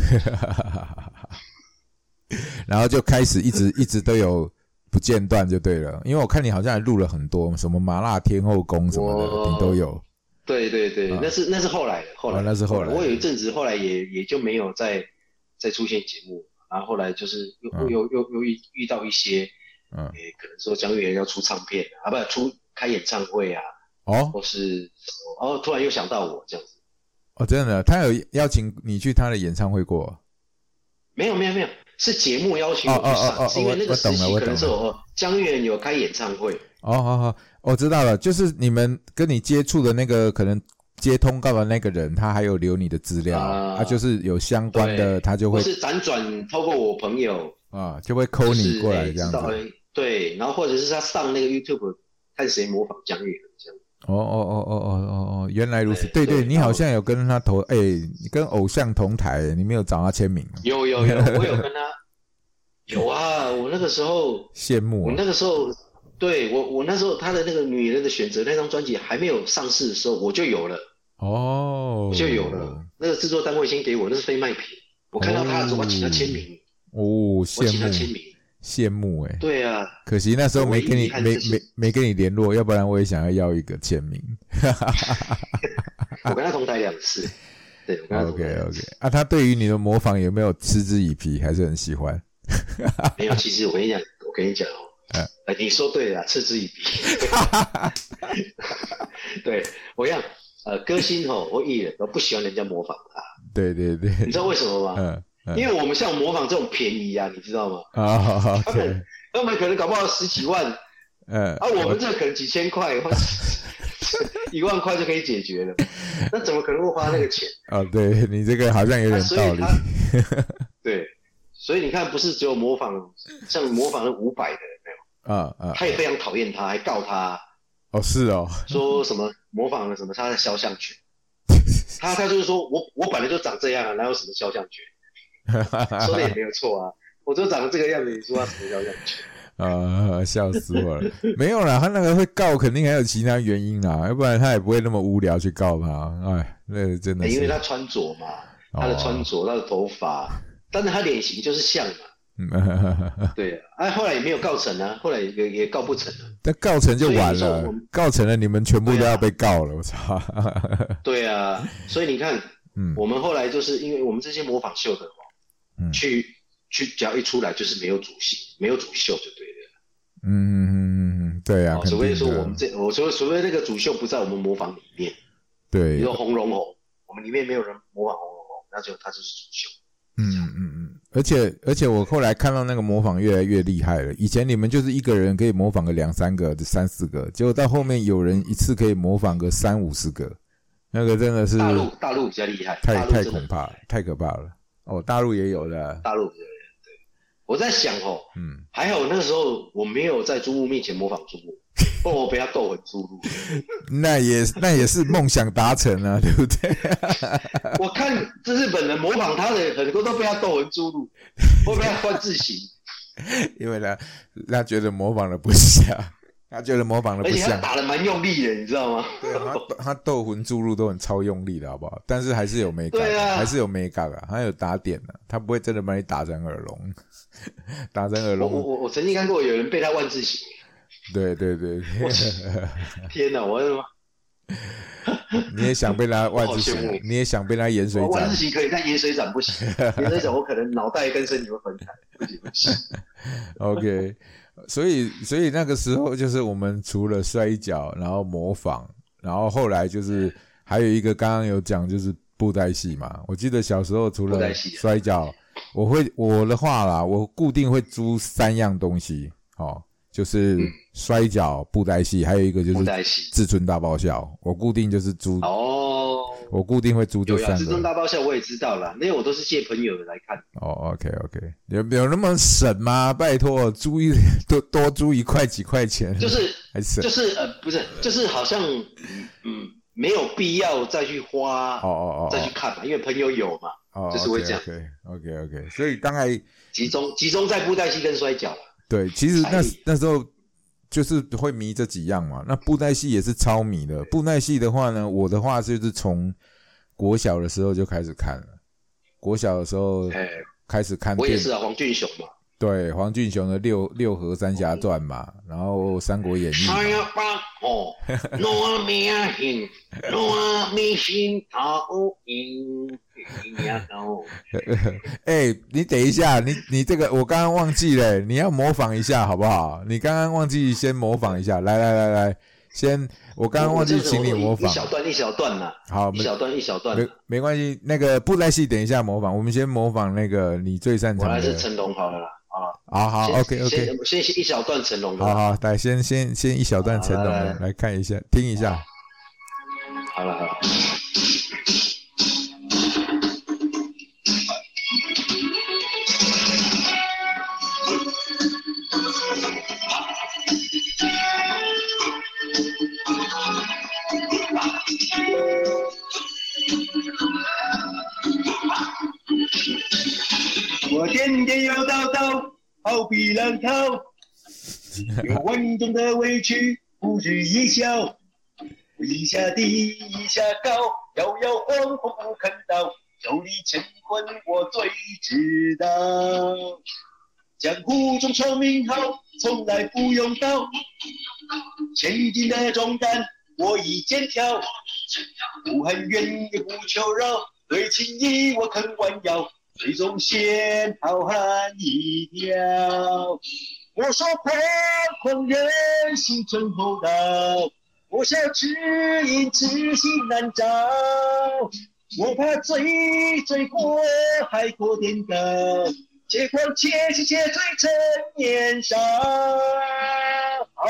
Speaker 1: 然后就开始一直一直都有不间断就对了，因为我看你好像还录了很多，什么麻辣天后宫什么的，你都有。
Speaker 2: 对对对，啊、那是那是后来的，后来、
Speaker 1: 啊、那是后来。
Speaker 2: 我有一阵子后来也也就没有再再出现节目，然后后来就是又、嗯、又又又遇遇到一些，嗯，诶，可能说姜育仁要出唱片啊，不出开演唱会啊，哦，或是哦，突然又想到我这样子。
Speaker 1: 哦，真的，他有邀請你去他的演唱会过？
Speaker 2: 没有没有没有，是节目邀請我去上，哦哦哦哦、是因為那個時期可能是我姜育仁有開演唱會。
Speaker 1: 哦，好好，我知道了，就是你們跟你接觸的那個可能接通告的那個人，他還有留你的資料，啊，他就是有相關的，他就會。
Speaker 2: 或是輾轉透過我朋友
Speaker 1: 啊，就會 call 你過來這樣子。
Speaker 2: 就是、對，然後或者是他上那個 YouTube 看誰模仿姜育仁這樣。
Speaker 1: 哦哦哦哦哦哦哦，原來如此。對 對, 對，你好像有跟他投，哎、欸，你跟偶像同台，你沒有找他簽名？
Speaker 2: 有有有，我有跟他。有啊，我那個時候
Speaker 1: 羨慕、啊。
Speaker 2: 我那個時候，對我我那時候他的那個女人的選擇那張專輯還沒有上市的時候，我就有了。哦，我就有了。那個製作單位先給我，那是非賣品。我看到他的時候，我請他簽名。
Speaker 1: 哦，羨慕。我請他簽名。羨慕哎、欸，
Speaker 2: 對啊，
Speaker 1: 可惜那時候沒跟你沒沒沒跟你聯絡，要不然我也想要要一個簽名。
Speaker 2: 我跟他同台兩次，對，我跟他同台兩次。
Speaker 1: OK OK， 啊，他對於你的模仿有沒有嗤之以鼻，還是很喜歡？
Speaker 2: 沒有，其實我跟你講，我跟你講哦，哎、嗯，你說對了，嗤之以鼻。對，我講，呃，歌星吼，或藝人都不喜歡人家模仿他。
Speaker 1: 對對對，
Speaker 2: 你知道為什麼嗎？嗯。因為我們像模仿這種便宜啊，你知道嗎？
Speaker 1: 啊、oh, okay.
Speaker 2: 他們他們可能搞不好十幾萬，嗯，啊，我們這可能幾千塊，或者一萬塊就可以解決了，那怎麼可能會花那個錢？
Speaker 1: 哦，對，你這個好像有點道理。
Speaker 2: 啊、對，所以你看，不是只有模仿，像模仿那伍佰的有沒有？啊啊，他也非常討厭他，還告他。
Speaker 1: 哦，是哦，
Speaker 2: 說什麼模仿了什麼他的肖像權，他他就是說我我本來就長這樣啊，哪有什麼肖像權？說的也沒有錯啊，我就長得這個樣子，你說他什麼肖像權？
Speaker 1: 啊，笑死我了！沒有啦，他那個會告，肯定還有其他原因啦，要不然他也不會那麼無聊去告他。哎，那個、真的是，
Speaker 2: 因為他穿着嘛，他的穿着，哦、他的頭髮，但是他臉型就是像嘛。對啊，哎，後來也沒有告成啊，後來也也告不成了。
Speaker 1: 但告成就完了，告成了，你們全部都要被告了，我操！
Speaker 2: 對啊，所以你看，嗯，我們後來就是因為我們這些模仿秀的。嗯、去去，只要一出來就是沒有主戲，沒有主秀就對了。
Speaker 1: 嗯，對啊。
Speaker 2: 除非說我們這，我說除非那個主秀不在我們模仿裡面。
Speaker 1: 對。
Speaker 2: 比如說紅龍紅，我們裡面沒有人模仿紅龍紅，那就它就是主秀。
Speaker 1: 嗯嗯嗯。而且而且我後來看到那個模仿越來越厲害了。以前你們就是一個人可以模仿個兩三個、三四個，結果到後面有人一次可以模仿個三五十個，那個真的是。
Speaker 2: 大陸大陸比較厲害。
Speaker 1: 太太恐怕了，太可怕了。哦，大陸也有的。
Speaker 2: 大陸對，對，我在想哦，嗯，還好那個時候我沒有在豬木面前模仿豬木，不然我被他鬥很豬木。
Speaker 1: 那也那也是夢想達成啊，對不對？
Speaker 2: 我看這日本人模仿他的很多都被他鬥很豬木，我被他換字型，
Speaker 1: 因為他他覺得模仿的不像。 他觉得模仿的不像，
Speaker 2: 而且他打的蛮用力的，你知道吗？
Speaker 1: 对啊，他他斗魂注入都很超用力的，好不好？但是还是有美感，对啊，还是有美感啊，他有打点的、啊，他不会真的把你打成耳聋，打成耳聋。
Speaker 2: 我我我曾经看过有人被他万字形。
Speaker 1: 对对对，
Speaker 2: 天哪，我的妈！
Speaker 1: 你也想被他万字形，你也想被他盐水斩？
Speaker 2: 万字形可以，但盐水斩不行。盐水斩我可能脑袋跟身体会分开，不行不行。
Speaker 1: OK。所以，所以那个时候就是我们除了摔跤，然后模仿，然后后来就是还有一个刚刚有讲就是布袋戏嘛。我记得小时候除了摔跤，我会我的话啦，我固定会租三样东西，哦，就是摔跤、布袋戏，还有一个就是志村大爆笑。我固定就是租哦。我固定会租这三个。有
Speaker 2: 志村大爆笑我也知道啦，因为我都是借朋友的来看。
Speaker 1: 哦 ，OK OK， 有有那么省吗？拜托，租一多多租一块几块钱，
Speaker 2: 就是
Speaker 1: 还省，
Speaker 2: 就是呃不是，就是好像嗯没有必要再去花哦哦哦再去看嘛，因为朋友有嘛，哦、就是会这样。
Speaker 1: OK OK OK， 所以大概
Speaker 2: 集中集中在布袋戏跟摔跤。
Speaker 1: 对，其实那那时候。就是会迷这几样嘛，那布袋戏也是超迷的。布袋戏的话呢，我的话就是从国小的时候就开始看了。国小的时候开始看、欸，
Speaker 2: 我也是啊，黄俊雄嘛。
Speaker 1: 对，黄俊雄的六六合三侠传嘛，然后三国演义。哎，你等一下，你你这个我刚刚忘记了，你要模仿一下好不好？你刚刚忘记先模仿一下，来来来来，先我刚刚忘记请你模仿，
Speaker 2: 一小段一小段啦，
Speaker 1: 好，
Speaker 2: 一小段一小段，
Speaker 1: 没没关系，那个布袋戏等一下模仿，我们先模仿那个你最擅长的，
Speaker 2: 我还是成龙好了啦。
Speaker 1: 好好 ，OK OK，
Speaker 2: 先先一小段成龙的，
Speaker 1: 好好，来先先先一小段成龙的，来看一下，听一下。
Speaker 2: 好了好了。我颠颠又倒倒，好比浪涛，有万种的委屈不止一笑，一下低一下高，摇摇晃晃不肯倒，手里乾坤我最知道。江湖中称名号，从来不用刀，千斤的重担我一肩挑，不恨怨也不求饶，对情义我肯弯腰，最终先好汉一条。我说狂狂人心存厚道，我笑只因痴心难找，我怕醉醉过海阔天高，且狂且喜且醉趁年少。好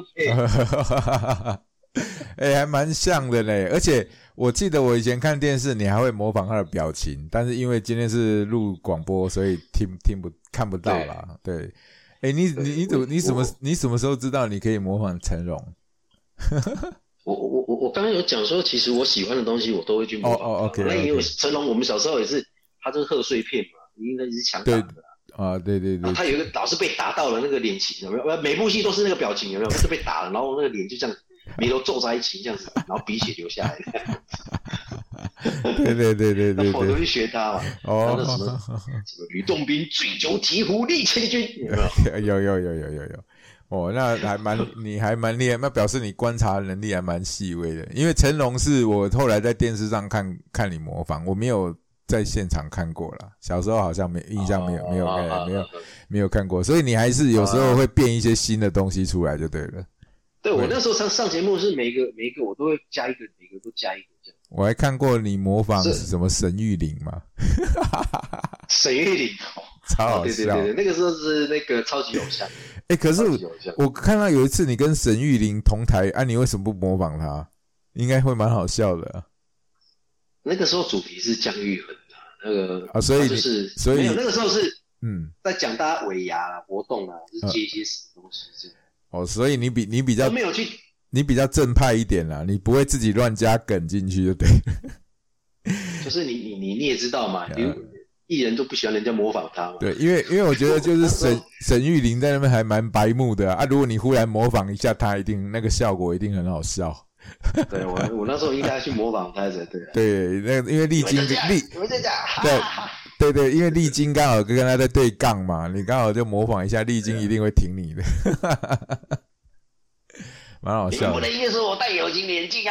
Speaker 2: OK
Speaker 1: 哎、欸，还蛮像的嘞，而且我记得我以前看电视，你还会模仿他的表情，但是因为今天是录广播，所以听听不看不到啦。对，哎、欸，你你你怎么你什么你什么时候知道你可以模仿成龙？
Speaker 2: 我我我我刚刚有讲说，其实我喜欢的东西我都会去模仿。
Speaker 1: 哦哦 ，OK，
Speaker 2: 那因为成龙，我们小时候也是，他就是贺岁片嘛，应该是强打的。
Speaker 1: 啊，对对对，
Speaker 2: 他有一个老是被打到了那个脸型，有没有？每部戏都是那个表情，有没有？就被打了，然后那个脸就这样眉头皱在一起，这样子，然后鼻血流下来。
Speaker 1: 对对对对对，
Speaker 2: 我都去学他嘛。哦，那什么什么吕洞宾醉酒提壶立千钧，有没
Speaker 1: 有？有有有有有有。哦，那还蛮你还蛮厉害，那表示你观察能力还蛮细微的。因为成龙是我后来在电视上看看你模仿，我没有在现场看过啦，小时候好像没印象没有、哦、没有没有、哦、没有、哦、没有看过，所以你还是有时候会变一些新的东西出来就对了。
Speaker 2: 对，我那时候上上节目是每一个每一个我都会加一个，每个都加一个这样。
Speaker 1: 我还看过你模仿什么沈玉琳嘛，
Speaker 2: 沈玉琳
Speaker 1: 超好笑、哦，
Speaker 2: 对对对对，那个时候是那个超级偶像。
Speaker 1: 哎、欸，可是我看到有一次你跟沈玉琳同台，啊，你为什么不模仿她？应该会蛮好笑的、啊。那
Speaker 2: 个时候主题是姜育恒啊，那个
Speaker 1: 啊，所以
Speaker 2: 就是
Speaker 1: 所以
Speaker 2: 没有那个时候是
Speaker 1: 嗯，
Speaker 2: 在讲大家尾牙啊活动啊，就是接一些什么东西这样。
Speaker 1: 哦，所以你比你比较
Speaker 2: 没有去，
Speaker 1: 你比较正派一点啦，你不会自己乱加梗进去就对了。
Speaker 2: 就是你你你你也知道嘛，比如艺人都不喜欢人家模仿他嘛。
Speaker 1: 对，因为因为我觉得就是沈沈玉琳在那边还蛮白目的 啊, 啊，如果你忽然模仿一下他，一定那个效果一定很好笑。
Speaker 2: 对我我那时候应该去模仿他才对、啊。
Speaker 1: 对，那个因为丽晶丽，
Speaker 2: 我在讲，
Speaker 1: 对对对，因为丽晶刚好跟他在对杠嘛，你刚好就模仿一下，丽晶一定会挺你的。蛮好笑的。
Speaker 2: 你不能因为说我戴有金眼镜啊。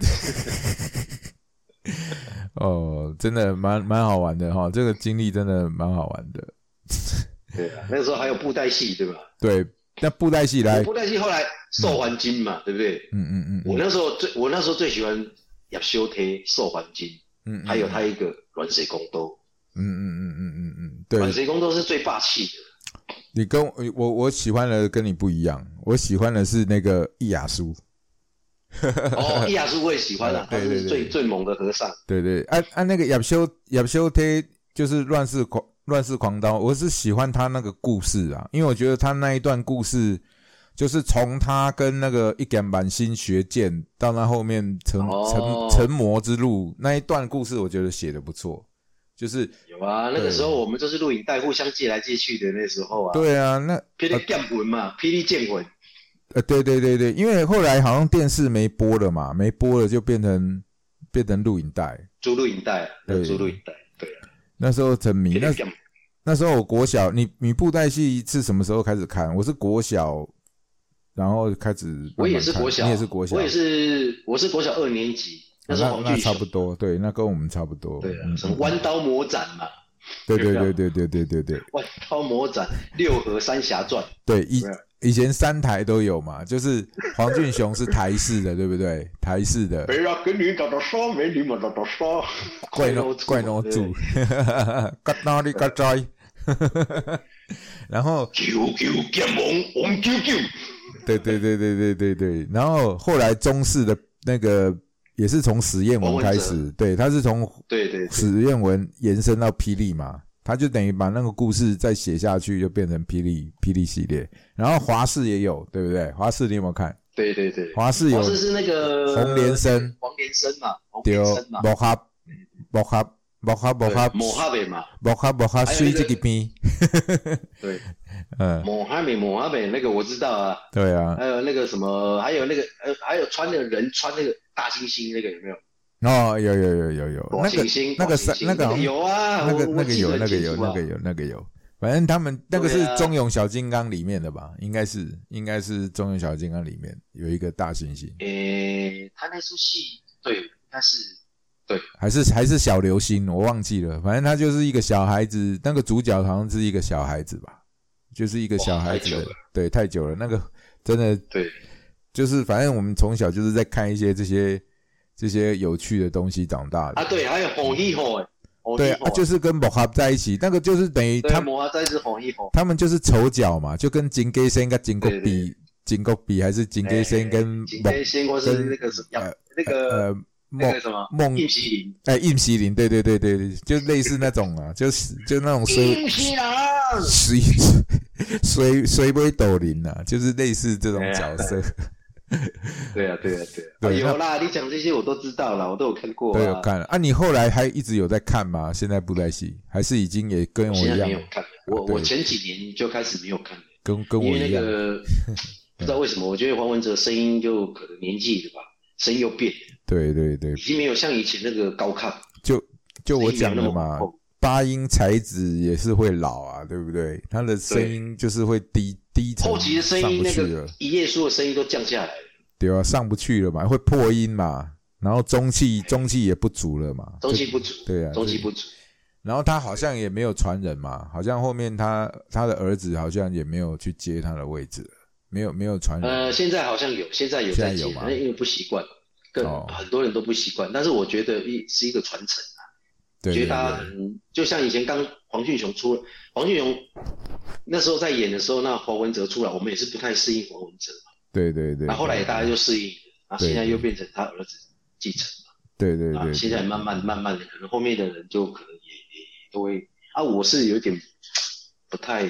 Speaker 1: 哦，真的蛮蛮好玩的哈，这个经历真的蛮好玩的。
Speaker 2: 对啊，那个时候还有布袋戏，对吧？
Speaker 1: 对，那布袋戏来，
Speaker 2: 布袋戏后来受环金嘛、嗯，对不对？
Speaker 1: 嗯嗯嗯。
Speaker 2: 我那时候最我那时候最喜欢叶小贴受环金，嗯，还有他一个软水宫兜，
Speaker 1: 嗯嗯嗯嗯嗯嗯，对，
Speaker 2: 软水宫兜是最霸气的。
Speaker 1: 你跟我我喜欢的跟你不一样，我喜欢的是那个易雅苏。
Speaker 2: 哦，易雅苏我也喜欢啊，他是最最猛的和尚。
Speaker 1: 对对，按、啊、按、啊、那个叶修叶修贴就是乱世狂乱世狂刀，我是喜欢他那个故事啊，因为我觉得他那一段故事，就是从他跟那个一点满心学剑到那后面成、哦、成成魔之路那一段故事，我觉得写得不错。就是
Speaker 2: 有啊，那个时候我们就是录影带互相借来借去的那时候啊。
Speaker 1: 对啊，那
Speaker 2: 霹雳剑魂嘛，霹雳剑魂。
Speaker 1: 呃，对对对对，因为后来好像电视没播了嘛，没播了就变成变成录影带，
Speaker 2: 租录影带，对，租录影带，对啊。
Speaker 1: 那时候沉迷，那那时候我国小，你你布袋戏是什么时候开始看？我是国小，然后开始慢慢看。
Speaker 2: 我也是国小，
Speaker 1: 你也是国小，
Speaker 2: 我也是，我是国小二年级。那时候黄俊雄，
Speaker 1: 那差不多，对，那跟我们差不多。
Speaker 2: 对啊，什么弯刀魔斩嘛。
Speaker 1: 对对对对对对对对。
Speaker 2: 弯刀魔斩、六合三侠传。
Speaker 1: 对，以以前三台都有嘛，就是黄俊雄是台式的，对不对？台式的。
Speaker 2: 没要跟你打打杀，没你们打打杀。
Speaker 1: 怪孬怪孬主，嘎哪里嘎在。然后。
Speaker 2: 九九剑王王九九。
Speaker 1: 对对对对对对对，然后后来中式的那个也是从史艳文开始，对，他是从
Speaker 2: 对对
Speaker 1: 史艳文延伸到霹雳嘛，他就等于把那个故事再写下去，就变成霹雳霹雳系列。然后华视也有，对不对？华视你有没有看？
Speaker 2: 对对对，
Speaker 1: 华视有，
Speaker 2: 华视是那个
Speaker 1: 黄连生，
Speaker 2: 黄连生嘛，黄连生嘛，
Speaker 1: 木盒木盒木盒木盒
Speaker 2: 木盒的嘛，
Speaker 1: 木盒木盒水这个边，
Speaker 2: 对。嗯，抹哈美抹哈美那个我知道啊，
Speaker 1: 对啊，
Speaker 2: 还有那个什么，还有那个呃，还有穿的人穿那个大猩猩那个有没有？
Speaker 1: 哦，有有有有有，那个那个三那个
Speaker 2: 有啊，
Speaker 1: 那个那个有那个有那个有那个有，反正他们那个是中勇小金刚里面的吧？应该是应该是中勇小金刚里面有一个大猩猩。
Speaker 2: 诶，他那出戏对，他是对，
Speaker 1: 还是还是小流星，我忘记了，反正他就是一个小孩子，那个主角好像是一个小孩子吧。就是一个小孩子的，对，太久了，那个真的，
Speaker 2: 对，
Speaker 1: 就是反正我们从小就是在看一些这些这些有趣的东西长大的
Speaker 2: 啊，对，还有红衣猴，
Speaker 1: 对啊，就是跟木盒在一起，那个就是等于他
Speaker 2: 木盒在一起红衣猴，
Speaker 1: 他们就是丑角嘛，就跟金龟仙跟金国比，金国比还是金龟仙跟
Speaker 2: 金龟仙或是那个什么那个呃。那个什么梦应麒麟，
Speaker 1: 哎，应麒麟，对对对对，就类似那种啊，就是就那种水水水水尾斗林啊，就是类似这种角色。
Speaker 2: 对啊，对啊，对啊，对有啦，你讲这些我都知道了，我都有看过，
Speaker 1: 都有看啊。你后来还一直有在看吗？现在布袋戏还是已经也跟我一样？
Speaker 2: 现在没有看，我我前几年就开始没有看了，
Speaker 1: 跟跟我一样。
Speaker 2: 因为那个不知道为什么，我觉得黄文哲声音就可能年纪了吧，声音又变了。
Speaker 1: 对对对，
Speaker 2: 已经没有像以前那个高亢。
Speaker 1: 就就我讲的嘛，八音才子也是会老啊，对不对？他的声音就是会低低沉，
Speaker 2: 后期的声音那个一页书的声音都降下来了，
Speaker 1: 对啊，上不去了嘛，会破音嘛，然后中气中气也不足了嘛，
Speaker 2: 中气不足，
Speaker 1: 对啊，
Speaker 2: 中气不足。
Speaker 1: 然后他好像也没有传人嘛，好像后面他他的儿子好像也没有去接他的位置了，没有没有传人。
Speaker 2: 呃，现在好像有，现在有在接，因为不习惯。更很多人都不习惯，但是我觉得一是一个传承啊。
Speaker 1: 对，
Speaker 2: 觉得大家很就像以前刚黄俊雄出了，黄俊雄那时候在演的时候，那黄文哲出来，我们也是不太适应黄文哲嘛。
Speaker 1: 对对对。
Speaker 2: 那后来也大家就适应了，然后现在又变成他儿子继承嘛。
Speaker 1: 对对 对, 对, 对。
Speaker 2: 现在慢慢慢慢的，可能后面的人就可能也也都会啊，我是有点不太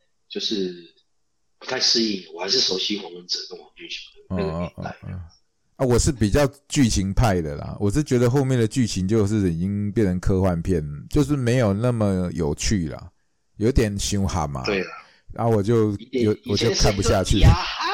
Speaker 2: 就是不太适应，我还是熟悉黄文哲跟黄俊雄那个年代。
Speaker 1: 哦哦哦啊，我是比较剧情派的啦，我是觉得后面的剧情就是已经变成科幻片，就是没有那么有趣啦，有点凶悍嘛。
Speaker 2: 对了，
Speaker 1: 然后我就有我就看不下去。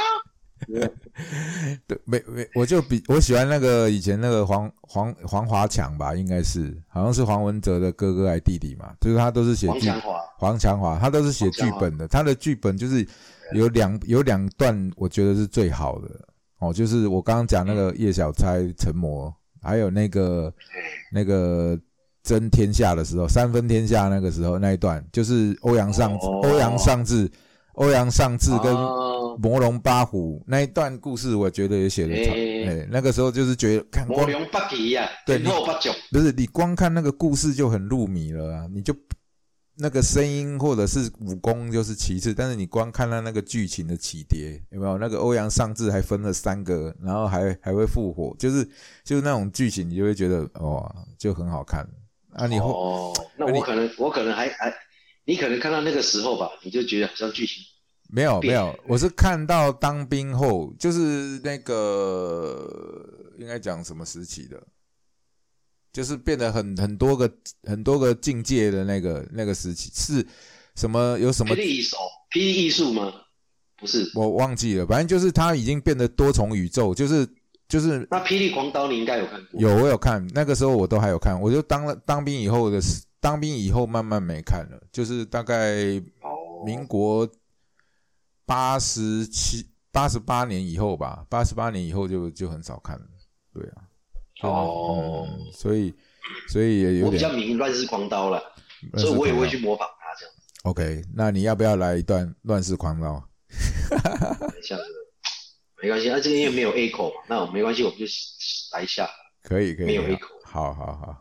Speaker 1: 对，没没，我就比我喜欢那个以前那个黄黄黄华强吧，应该是好像是黄文哲的哥哥还弟弟嘛，就是他都是写剧
Speaker 2: 黄强华，
Speaker 1: 黄强华他都是写剧本的，他的剧本就是有两有两段我觉得是最好的哦，就是我刚刚讲那个叶小钗成魔，还有那个那个争天下的时候，三分天下那个时候那一段，就是欧阳上
Speaker 2: 哦
Speaker 1: 欧阳上志欧阳上志跟魔龙八虎那一段故事，我觉得也写得超，哎、欸，那个时候就是觉得看
Speaker 2: 魔龙八奇呀，
Speaker 1: 对，
Speaker 2: 天后八种，
Speaker 1: 不是你光看那个故事就很入迷了啊，你就那个声音或者是武功就是其次，但是你光看到那个剧情的起跌，有没有？那个欧阳上志还分了三个，然后还还会复活，就是就是那种剧情，你就会觉得哇，就很好看啊！你
Speaker 2: 哦，那我可能、啊、我可能还还，你可能看到那个时候吧，你就觉得好像剧情。
Speaker 1: 没有没有，我是看到当兵后，就是那个应该讲什么时期的，就是变得很很多个很多个境界的那个那个时期是什么？有什么？
Speaker 2: 霹雳手、霹雳艺术吗？不是，
Speaker 1: 我忘记了，反正就是它已经变得多重宇宙，就是就是
Speaker 2: 那霹雳狂刀你应该有看过？
Speaker 1: 有，我有看，那个时候我都还有看，我就当了当兵以后的当兵以后慢慢没看了，就是大概民国。八十七、八十八年以后吧，八十八年以后就就很少看了，对啊。
Speaker 2: 哦、
Speaker 1: 嗯，所以所以也有点。
Speaker 2: 我比较迷乱世狂刀了，所以我也会去模仿他这样。
Speaker 1: OK， 那你要不要来一段乱世狂刀？
Speaker 2: 像这个没关系，啊，这个因为没有 A 口嘛，那我没关系，我们就来一下。
Speaker 1: 可以可以，
Speaker 2: 没有 A 口。
Speaker 1: 好好好。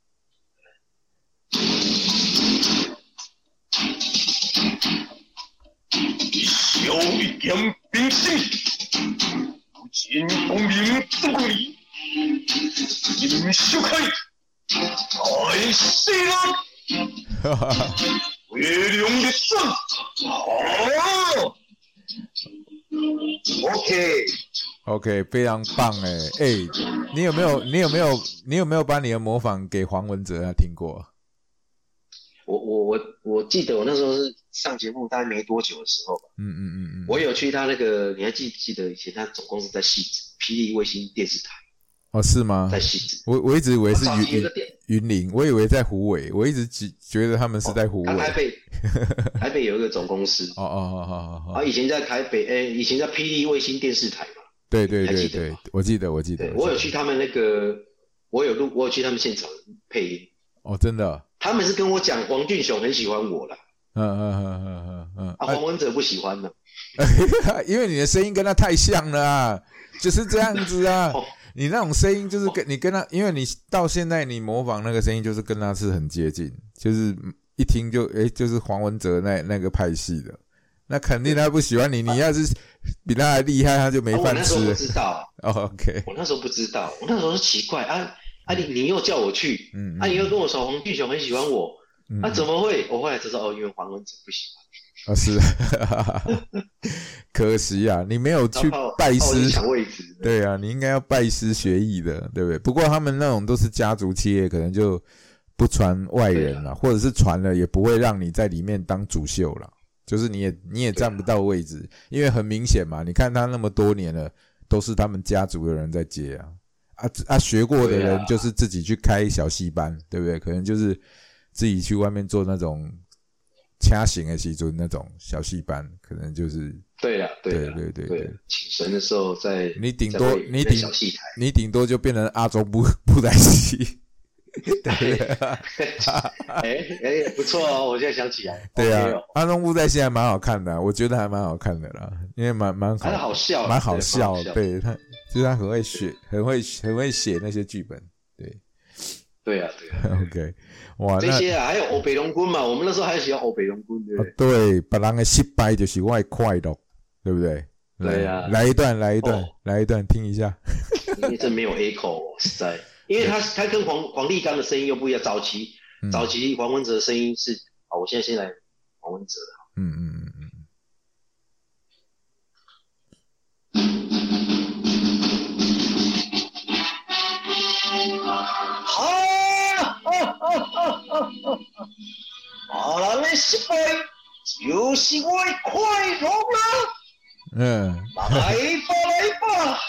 Speaker 3: 小一点兵性，不见功名不公理，应修开，太死了！月亮的神，好 ，OK，OK，、
Speaker 1: okay, 非常棒哎哎，你有没有你有没有你有没有把你的模仿给黄文哲他听过？
Speaker 2: 我我我我记得我那时候是上节目大概没多久的时候吧，嗯嗯嗯嗯，我有去他那个，你还记不记得以前他总公司在汐止霹雳卫星电视台？
Speaker 1: 哦，是吗？
Speaker 2: 在汐止，
Speaker 1: 我我一直以为是云云林，我以为在虎尾，我一直觉得他们是在虎尾。
Speaker 2: 哦、台北台北有一个总公司，
Speaker 1: 哦哦哦哦哦，
Speaker 2: 啊，以前在台北，诶、欸，以前在霹雳卫星电视台嘛，
Speaker 1: 对对对对，我记得我记得，
Speaker 2: 我有去他们那个，我有录，我有去他们现场配音。
Speaker 1: 哦，真的。
Speaker 2: 他们是跟我讲黄俊雄很喜欢我啦，
Speaker 1: 嗯嗯嗯嗯嗯嗯，
Speaker 2: 啊，黄文哲不喜欢呢，
Speaker 1: 因为你的声音跟他太像了啊，就是这样子啊，哦、你那种声音就是跟、哦、你跟他，因为你到现在你模仿那个声音就是跟他是很接近，就是一听就诶、欸、就是黄文哲那那个派系的，那肯定他不喜欢你，你要是比他还厉害，他就没饭吃。
Speaker 2: 啊、我那时候不知道，
Speaker 1: 哦 ，OK，
Speaker 2: 我那时候不知道，我那时候是奇怪啊。啊你你又叫我去，嗯，啊你又跟我说黄俊雄很喜欢我，嗯、啊怎么会？我后来才知道哦，因为黄文哲不喜欢。
Speaker 1: 啊是，可惜啊，你没有去拜师
Speaker 2: 抢位置。
Speaker 1: 对啊，你应该要拜师学艺的，对不对？不过他们那种都是家族企业，可能就不传外人了，或者是传了也不会让你在里面当主秀了，就是你也你也占不到位置，因为很明显嘛，你看他那么多年了，都是他们家族的人在接啊。啊啊！学过的人就是自己去开小戏班， 对,、啊、对不对？可能就是自己去外面做那种掐型的时阵那种小戏班，可能就是
Speaker 2: 对了，对
Speaker 1: 对对对对。
Speaker 2: 请神的时候在
Speaker 1: 你顶多你顶你顶多就变成阿中布布袋戏，对不对？
Speaker 2: 哎哎，不错哦！我现在想起来，
Speaker 1: 对啊， okay 哦、阿中布袋戏还蛮好看的、啊，我觉得还蛮好看的啦，因为蛮蛮好，
Speaker 2: 蛮好笑，
Speaker 1: 蛮好笑，对他。就是他很会写，很会很会写那些剧本，对，
Speaker 2: 对啊，对啊
Speaker 1: ，OK， 哇，
Speaker 2: 这些啊，还有欧北龙君嘛，我们那时候还喜欢欧北龙君，对不对？
Speaker 1: 哦、对，别人的失败就是我的快乐，对不对？
Speaker 2: 对啊，
Speaker 1: 来一段，来一段，哦、来一段，听一下。
Speaker 2: 因为这没有 A 口、哦，实在，因为他他跟黄黄立刚的声音又不一样，早期、嗯、早期黄文哲的声音是，好，我现在先来黄文哲的，嗯嗯嗯嗯。
Speaker 3: 啊，人的失败就是我的快乐啦。
Speaker 1: 嗯，
Speaker 3: 来吧来吧，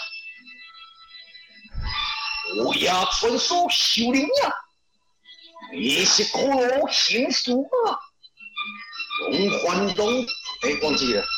Speaker 3: 乌鸦传说修灵呀，也是骷髅行书啊，龙环龙，哎，忘记了，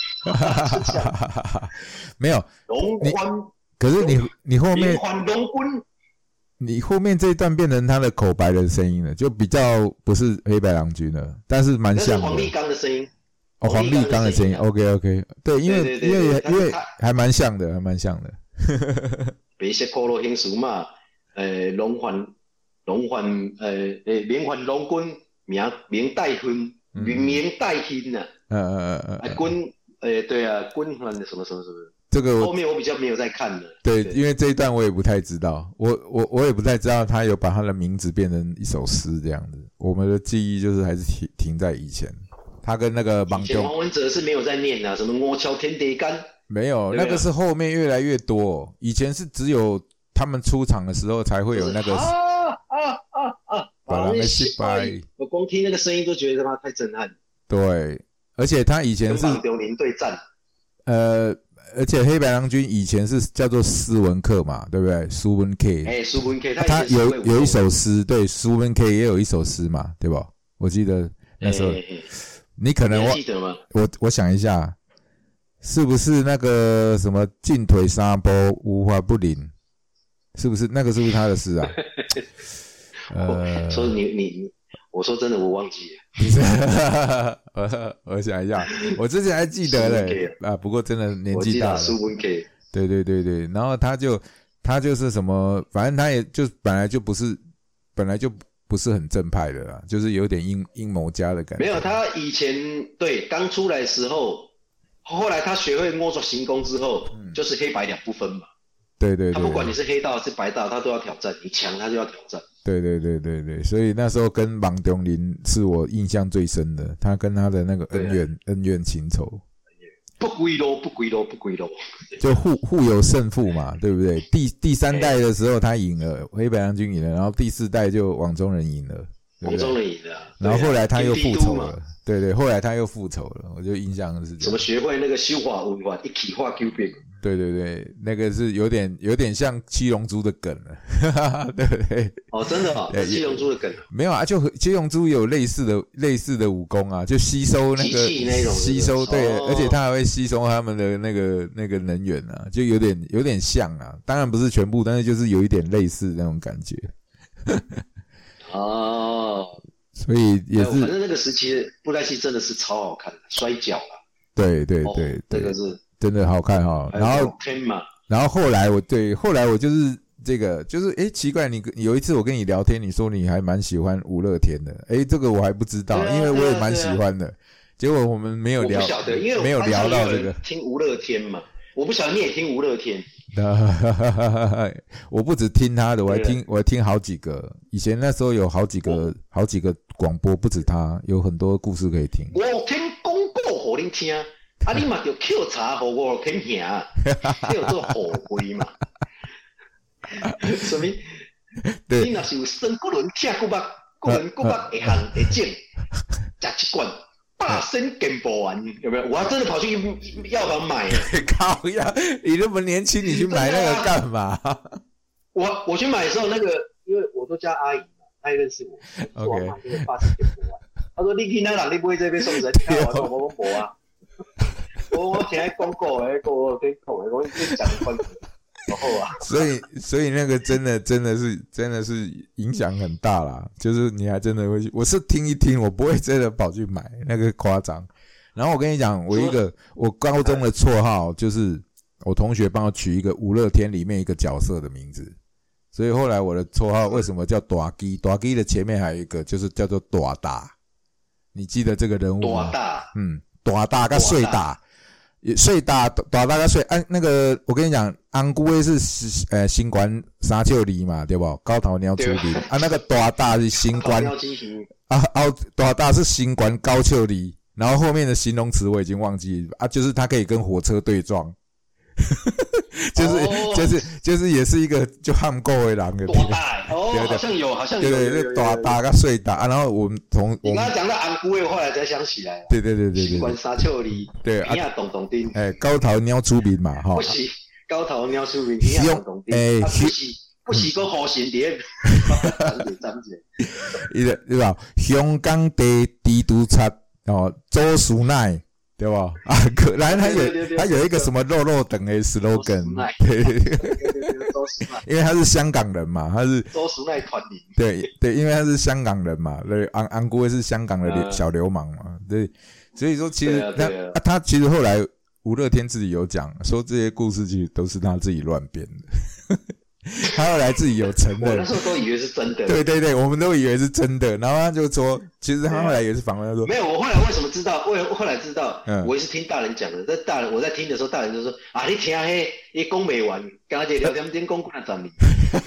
Speaker 1: 没有
Speaker 3: 龙环，
Speaker 1: 可是你你后面
Speaker 3: 龙环龙棍。
Speaker 1: 你后面这一段变成他的口白的声音了，就比较不是黑白郎君了，但是蛮像的。
Speaker 3: 那是黄立刚的声音。
Speaker 1: 哦，黄立刚的声音 ，OK OK， 对，因为
Speaker 3: 对对对
Speaker 1: 因为因为还蛮像的，还蛮像的。
Speaker 3: 白色骷髅形书嘛，呃，龙环龙环呃呃连环龙棍名名带分，名名带分呐。
Speaker 1: 嗯嗯嗯嗯。
Speaker 3: 啊棍，呃对啊，棍环什么什么什么。
Speaker 1: 这个
Speaker 3: 后面我比较没有在看的。
Speaker 1: 对，因为这一段我也不太知道，我我我也不太知道他有把他的名字变成一首诗这样子。我们的记忆就是还是停停在以前，他跟那个
Speaker 3: 以前黄文哲是没有在念啊，什么我敲天地干，
Speaker 1: 没有，那个是后面越来越多。以前是只有他们出场的时候才会有那个
Speaker 3: 啊啊啊啊！
Speaker 1: 把人失败，
Speaker 3: 我光听那个声音都觉得他妈太震撼。
Speaker 1: 对，而且他以前是
Speaker 3: 跟丢林对战，
Speaker 1: 呃。而且黑白郎君以前是叫做斯文克嘛，对不对？苏文 K，
Speaker 3: 哎，苏文 K，
Speaker 1: 他有有一首诗，对，苏文 K 也有一首诗嘛，对吧？我记得那时候，
Speaker 3: 嘿嘿嘿
Speaker 1: 你可能
Speaker 3: 你记得吗？
Speaker 1: 我我想一下，是不是那个什么进腿沙波无法不临？是不是那个是不是他的诗啊？
Speaker 3: 呃，所以你你，我说真的，我忘记了。
Speaker 1: 我我想一下，我之前还记得嘞啊，不过真的年纪大了。
Speaker 3: 苏文 K，
Speaker 1: 对对对对，然后他就他就是什么，反正他也就本来就不是本来就不是很正派的啦，就是有点阴阴谋家的感觉。
Speaker 3: 没有，他以前对刚出来的时候，后来他学会摸索行功之后，嗯、就是黑白两不分嘛。
Speaker 1: 对对对，
Speaker 3: 他不管你是黑道是白道，他都要挑战，你强他就要挑战。
Speaker 1: 对对对对对，所以那时候跟王中林是我印象最深的，他跟他的那个恩怨、啊、恩怨情仇，
Speaker 3: 不归咯，不归咯，不归咯，
Speaker 1: 就互互有胜负嘛，对不对？第第三代的时候他赢了，黑白郎君赢了，然后第四代就王中人赢了，
Speaker 3: 王中人赢了、啊，
Speaker 1: 然后后来他又复仇了，对对，后来他又复仇了，我就印象是这样。
Speaker 3: 怎么学会那个修法文法一起化九变？
Speaker 1: 对对对，那个是有点有点像七龙珠的梗了，对不对？
Speaker 3: 哦，真的啊、哦，七龙珠的梗
Speaker 1: 没有啊，就七龙珠有类似的类似的武功啊，就吸收那个
Speaker 3: 那种
Speaker 1: 吸收对、哦，而且他还会吸收他们的那个那个能源啊，就有点有点像啊，当然不是全部，但是就是有一点类似那种感觉。
Speaker 3: 哦，
Speaker 1: 所以也是，
Speaker 3: 反正那个时期布袋戏真的是超好看的，摔跤啊，
Speaker 1: 对对对对，
Speaker 3: 哦、这个是。
Speaker 1: 真的好看哈、哦，然后，然后后来我对后来我就是这个就是诶奇怪，你有一次我跟你聊天，你说你还蛮喜欢吴乐天的，诶这个我还不知道，
Speaker 3: 啊、
Speaker 1: 因为我也蛮喜欢的，啊啊、结果我们没有聊，
Speaker 3: 我不晓得，因为
Speaker 1: 没有聊到这个
Speaker 3: 听吴乐天嘛，我不晓得你也听吴乐天，
Speaker 1: 我不只听他的，我还听我还听好几个，以前那时候有好几个好几个广播，不止他，有很多故事可以听。
Speaker 3: 我听广播给你听。啊！你嘛就抾茶给我听听，叫做后悔嘛。什么？你若是有生骨轮疼骨肉，骨轮骨肉一行一整，食一罐大参健保丸，有没有？我还真的跑去药房买。
Speaker 1: 靠呀！你那么年轻，你去买那个干嘛？
Speaker 3: 我我去买的时候，那个因为我都叫阿姨嘛，她也认识我，我说我买这个大参健保丸。她说你去哪人？你不会这边送人？开玩笑，我讲无啊。我我听广告诶，跟我跟讲诶，我跟讲关系，然后啊，
Speaker 1: 所以所以那个真的真的是真的是影响很大啦，就是你还真的会去，我是听一听，我不会真的跑去买，那个夸张。然后我跟你讲，我一个我高中的绰号就是我同学帮我取一个武乐天里面一个角色的名字，所以后来我的绰号为什么叫大基？大基的前面还有一个就是叫做大大，你记得这个人物吗？
Speaker 3: 大大，
Speaker 1: 嗯，大大跟碎大。水大大大个水，哎、啊，那个我跟你讲，红姑的是呃新冠三笑梨嘛，对不？高头鸟出梨啊，那个大大是新冠啊，啊大大是新冠高笑梨，然后后面的形容词我已经忘记啊，就是它可以跟火车对撞，就是、哦、就是就是也是一个就悍过的人的，
Speaker 3: 多大哦哦，好像有，好像有，
Speaker 1: 对对，大大个碎大啊，然后我们从
Speaker 3: 你刚刚讲到安姑的，后来才想起来。
Speaker 1: 对对对对对，
Speaker 3: 管沙丘里，
Speaker 1: 对
Speaker 3: 啊，咚咚叮，
Speaker 1: 哎，高头鸟出面嘛，哈，
Speaker 3: 不是高头鸟出面，听咚咚叮，哎，不是不是个好神碟，张姐张姐，
Speaker 1: 伊个对吧？香港地地督察哦，周淑奈。对吧？啊，可然他有他有一个什么肉肉等的 slogan， 对对对，因为他是香港人嘛，他是
Speaker 3: 周淑奈团领，
Speaker 1: 对对，因为他是香港人嘛，对，安安姑是香港的小流氓嘛，对，所以说其实他、啊啊、他其实后来吴乐天自己有讲说这些故事其实都是他自己乱编的。他后来自己有承认，
Speaker 3: 我那时候都以为是真的。
Speaker 1: 对对对，我们都以为是真的。然后他就说，其实他后来也是反问他说，
Speaker 3: 没有。我后来为什么知道？我后来知道，嗯、我也是听大人讲的。这大人我在听的时候，大人就说啊，你听嘿，你讲没完，刚才聊天天讲过十年。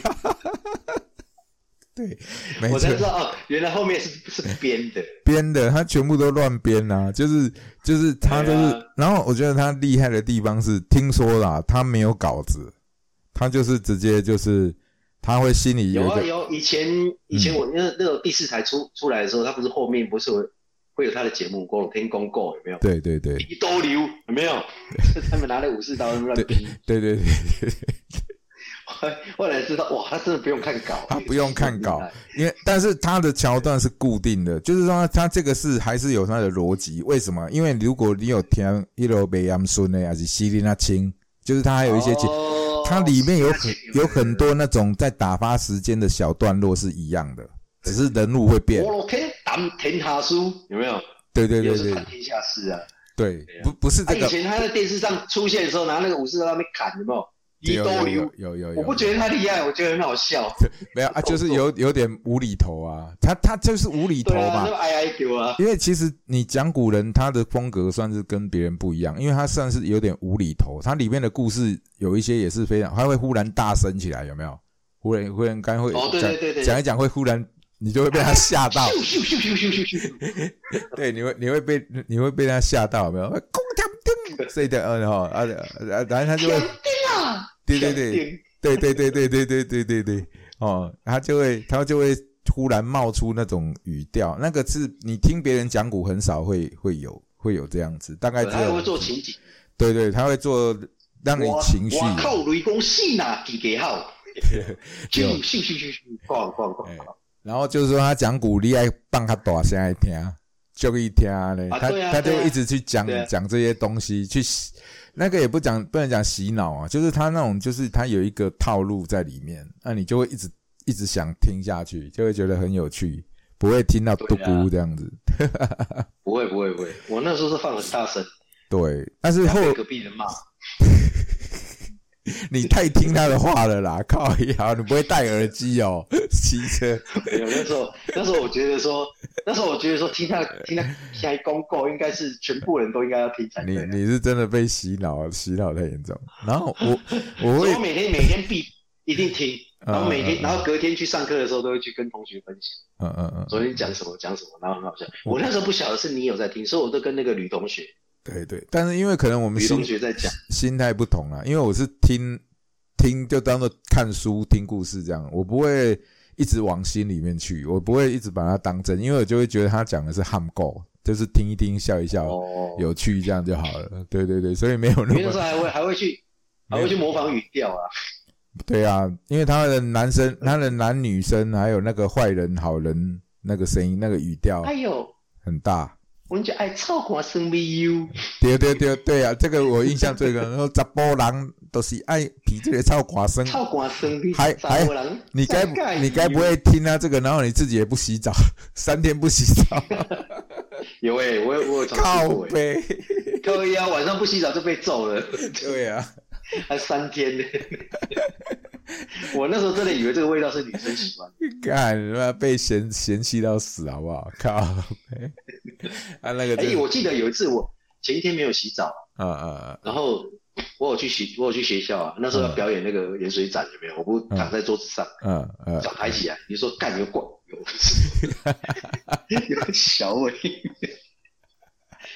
Speaker 1: 对，
Speaker 3: 我才知道哦，原来后面是是编的，
Speaker 1: 编的，他全部都乱编啊，就是就是他都是、啊。然后我觉得他厉害的地方是，听说啦，他没有稿子。他就是直接就是他会心里有
Speaker 3: 有啊有以前以前我那那个第四台出出来的时候，他不是后面不是会有他的节目《光天公告》有没有？
Speaker 1: 对对对，
Speaker 3: 一刀流有没有？他们拿了武士刀乱劈。
Speaker 1: 对对对对
Speaker 3: 对。后来知道哇，他真的不用看稿，
Speaker 1: 他不用看稿，因为但是他的桥段是固定的，就是说他这个是还是有他的逻辑。为什么？因为如果你有听一路北阳孙的还是西林那青，就是他还有一些节。哦它里面有很有很多那种在打发时间的小段落是一样的，只是人物会变。
Speaker 3: 我可以打天下书有没有？
Speaker 1: 对对对对，
Speaker 3: 谈天下事啊。
Speaker 1: 对，不不是这个。
Speaker 3: 他以前他在电视上出现的时候，拿那个武士刀在那边砍，有没有？
Speaker 1: 有有有有有，
Speaker 3: 我不觉得他厉害，我觉得很好笑。
Speaker 1: 没有啊，就是有有点无厘头啊，他他就是无厘头嘛，
Speaker 3: 对啊，哀哀丢啊。
Speaker 1: 因为其实你讲古人他的风格算是跟别人不一样，因为他算是有点无厘头，他里面的故事有一些也是非常，他会忽然大声起来，有没有？忽然忽然刚会
Speaker 3: 哦，对对对对，
Speaker 1: 讲一讲会忽然你就会被他吓到，
Speaker 3: 咻咻咻咻咻咻咻，
Speaker 1: 对，你会你会被你会被他吓到，有没有？公天丁，所以的呃哈啊啊，然后他就会。对对对对对对对对对对对对哦，他就会他就会忽然冒出那种语调，那个是你听别人讲古很少会会有会有这样子，大概只有
Speaker 3: 他会做情景，
Speaker 1: 对对，他会做让你情绪。
Speaker 3: 我靠，雷公死哪几个好？就咻咻咻咻，咣咣咣。
Speaker 1: 然后就是说他讲古，你爱放他大声来听，就一听嘞，他他就一直去讲讲这些东西去。那个也不讲，不能讲洗脑啊，就是他那种，就是他有一个套路在里面，那你就会一直一直想听下去，就会觉得很有趣，不会听到嘟咕这样子。
Speaker 3: 啊、不会不会不会，我那时候是放很大声。
Speaker 1: 对，但是后
Speaker 3: 隔壁人骂。
Speaker 1: 你太听他的话了啦，靠腰，你不会戴耳机哦，骑车。
Speaker 3: 没有，那时候那时候我觉得说，那时候我觉得说听他听他现在公告应该是全部人都应该要听才对。
Speaker 1: 你你是真的被洗脑，洗脑太严重。然后我我会
Speaker 3: 我每天每天必一定听，然后每天、嗯嗯嗯、然后隔天去上课的时候都会去跟同学分享。嗯嗯嗯。昨天讲什么讲什么，然后很好笑。我那时候不晓得是你有在听，所以我都跟那个吕同学。
Speaker 1: 对对，但是因为可能我们心
Speaker 3: 同学在讲
Speaker 1: 心态不同啦，因为我是听听就当做看书听故事这样，我不会一直往心里面去，我不会一直把它当真，因为我就会觉得他讲的是ham go，就是听一听笑一笑、哦、有趣这样就好了。对对对，所以没有那么。
Speaker 3: 有时候还会还会去还会去模仿语调啊。
Speaker 1: 对啊，因为他的男生、他的男女生还有那个坏人好人那个声音那个语调，
Speaker 3: 哎呦
Speaker 1: 很大。
Speaker 3: 我们就爱臭看生味油，
Speaker 1: 对对对对啊，这个我印象最深。然后查甫人都是爱皮这个臭看生，
Speaker 3: 臭看生味，
Speaker 1: 还还你该你该不会听啊这个，然后你自己也不洗澡，三天不洗澡。
Speaker 3: 有诶、欸，我我有
Speaker 1: 靠背，
Speaker 3: 靠腰晚上不洗澡就被揍了。
Speaker 1: 对啊，
Speaker 3: 还三天呢。我那时候真的以为这个味道是女生喜欢，
Speaker 1: 干妈被嫌嫌弃到死，好不好？靠！啊，那个，
Speaker 3: 哎、欸，我记得有一次我前一天没有洗澡，
Speaker 1: 啊啊啊！
Speaker 3: 然后我有去洗，我有去学校啊，那时候要表演那个盐水展，有没有？我不躺在桌子上，嗯嗯，脚抬起来，你说干有广有有小味，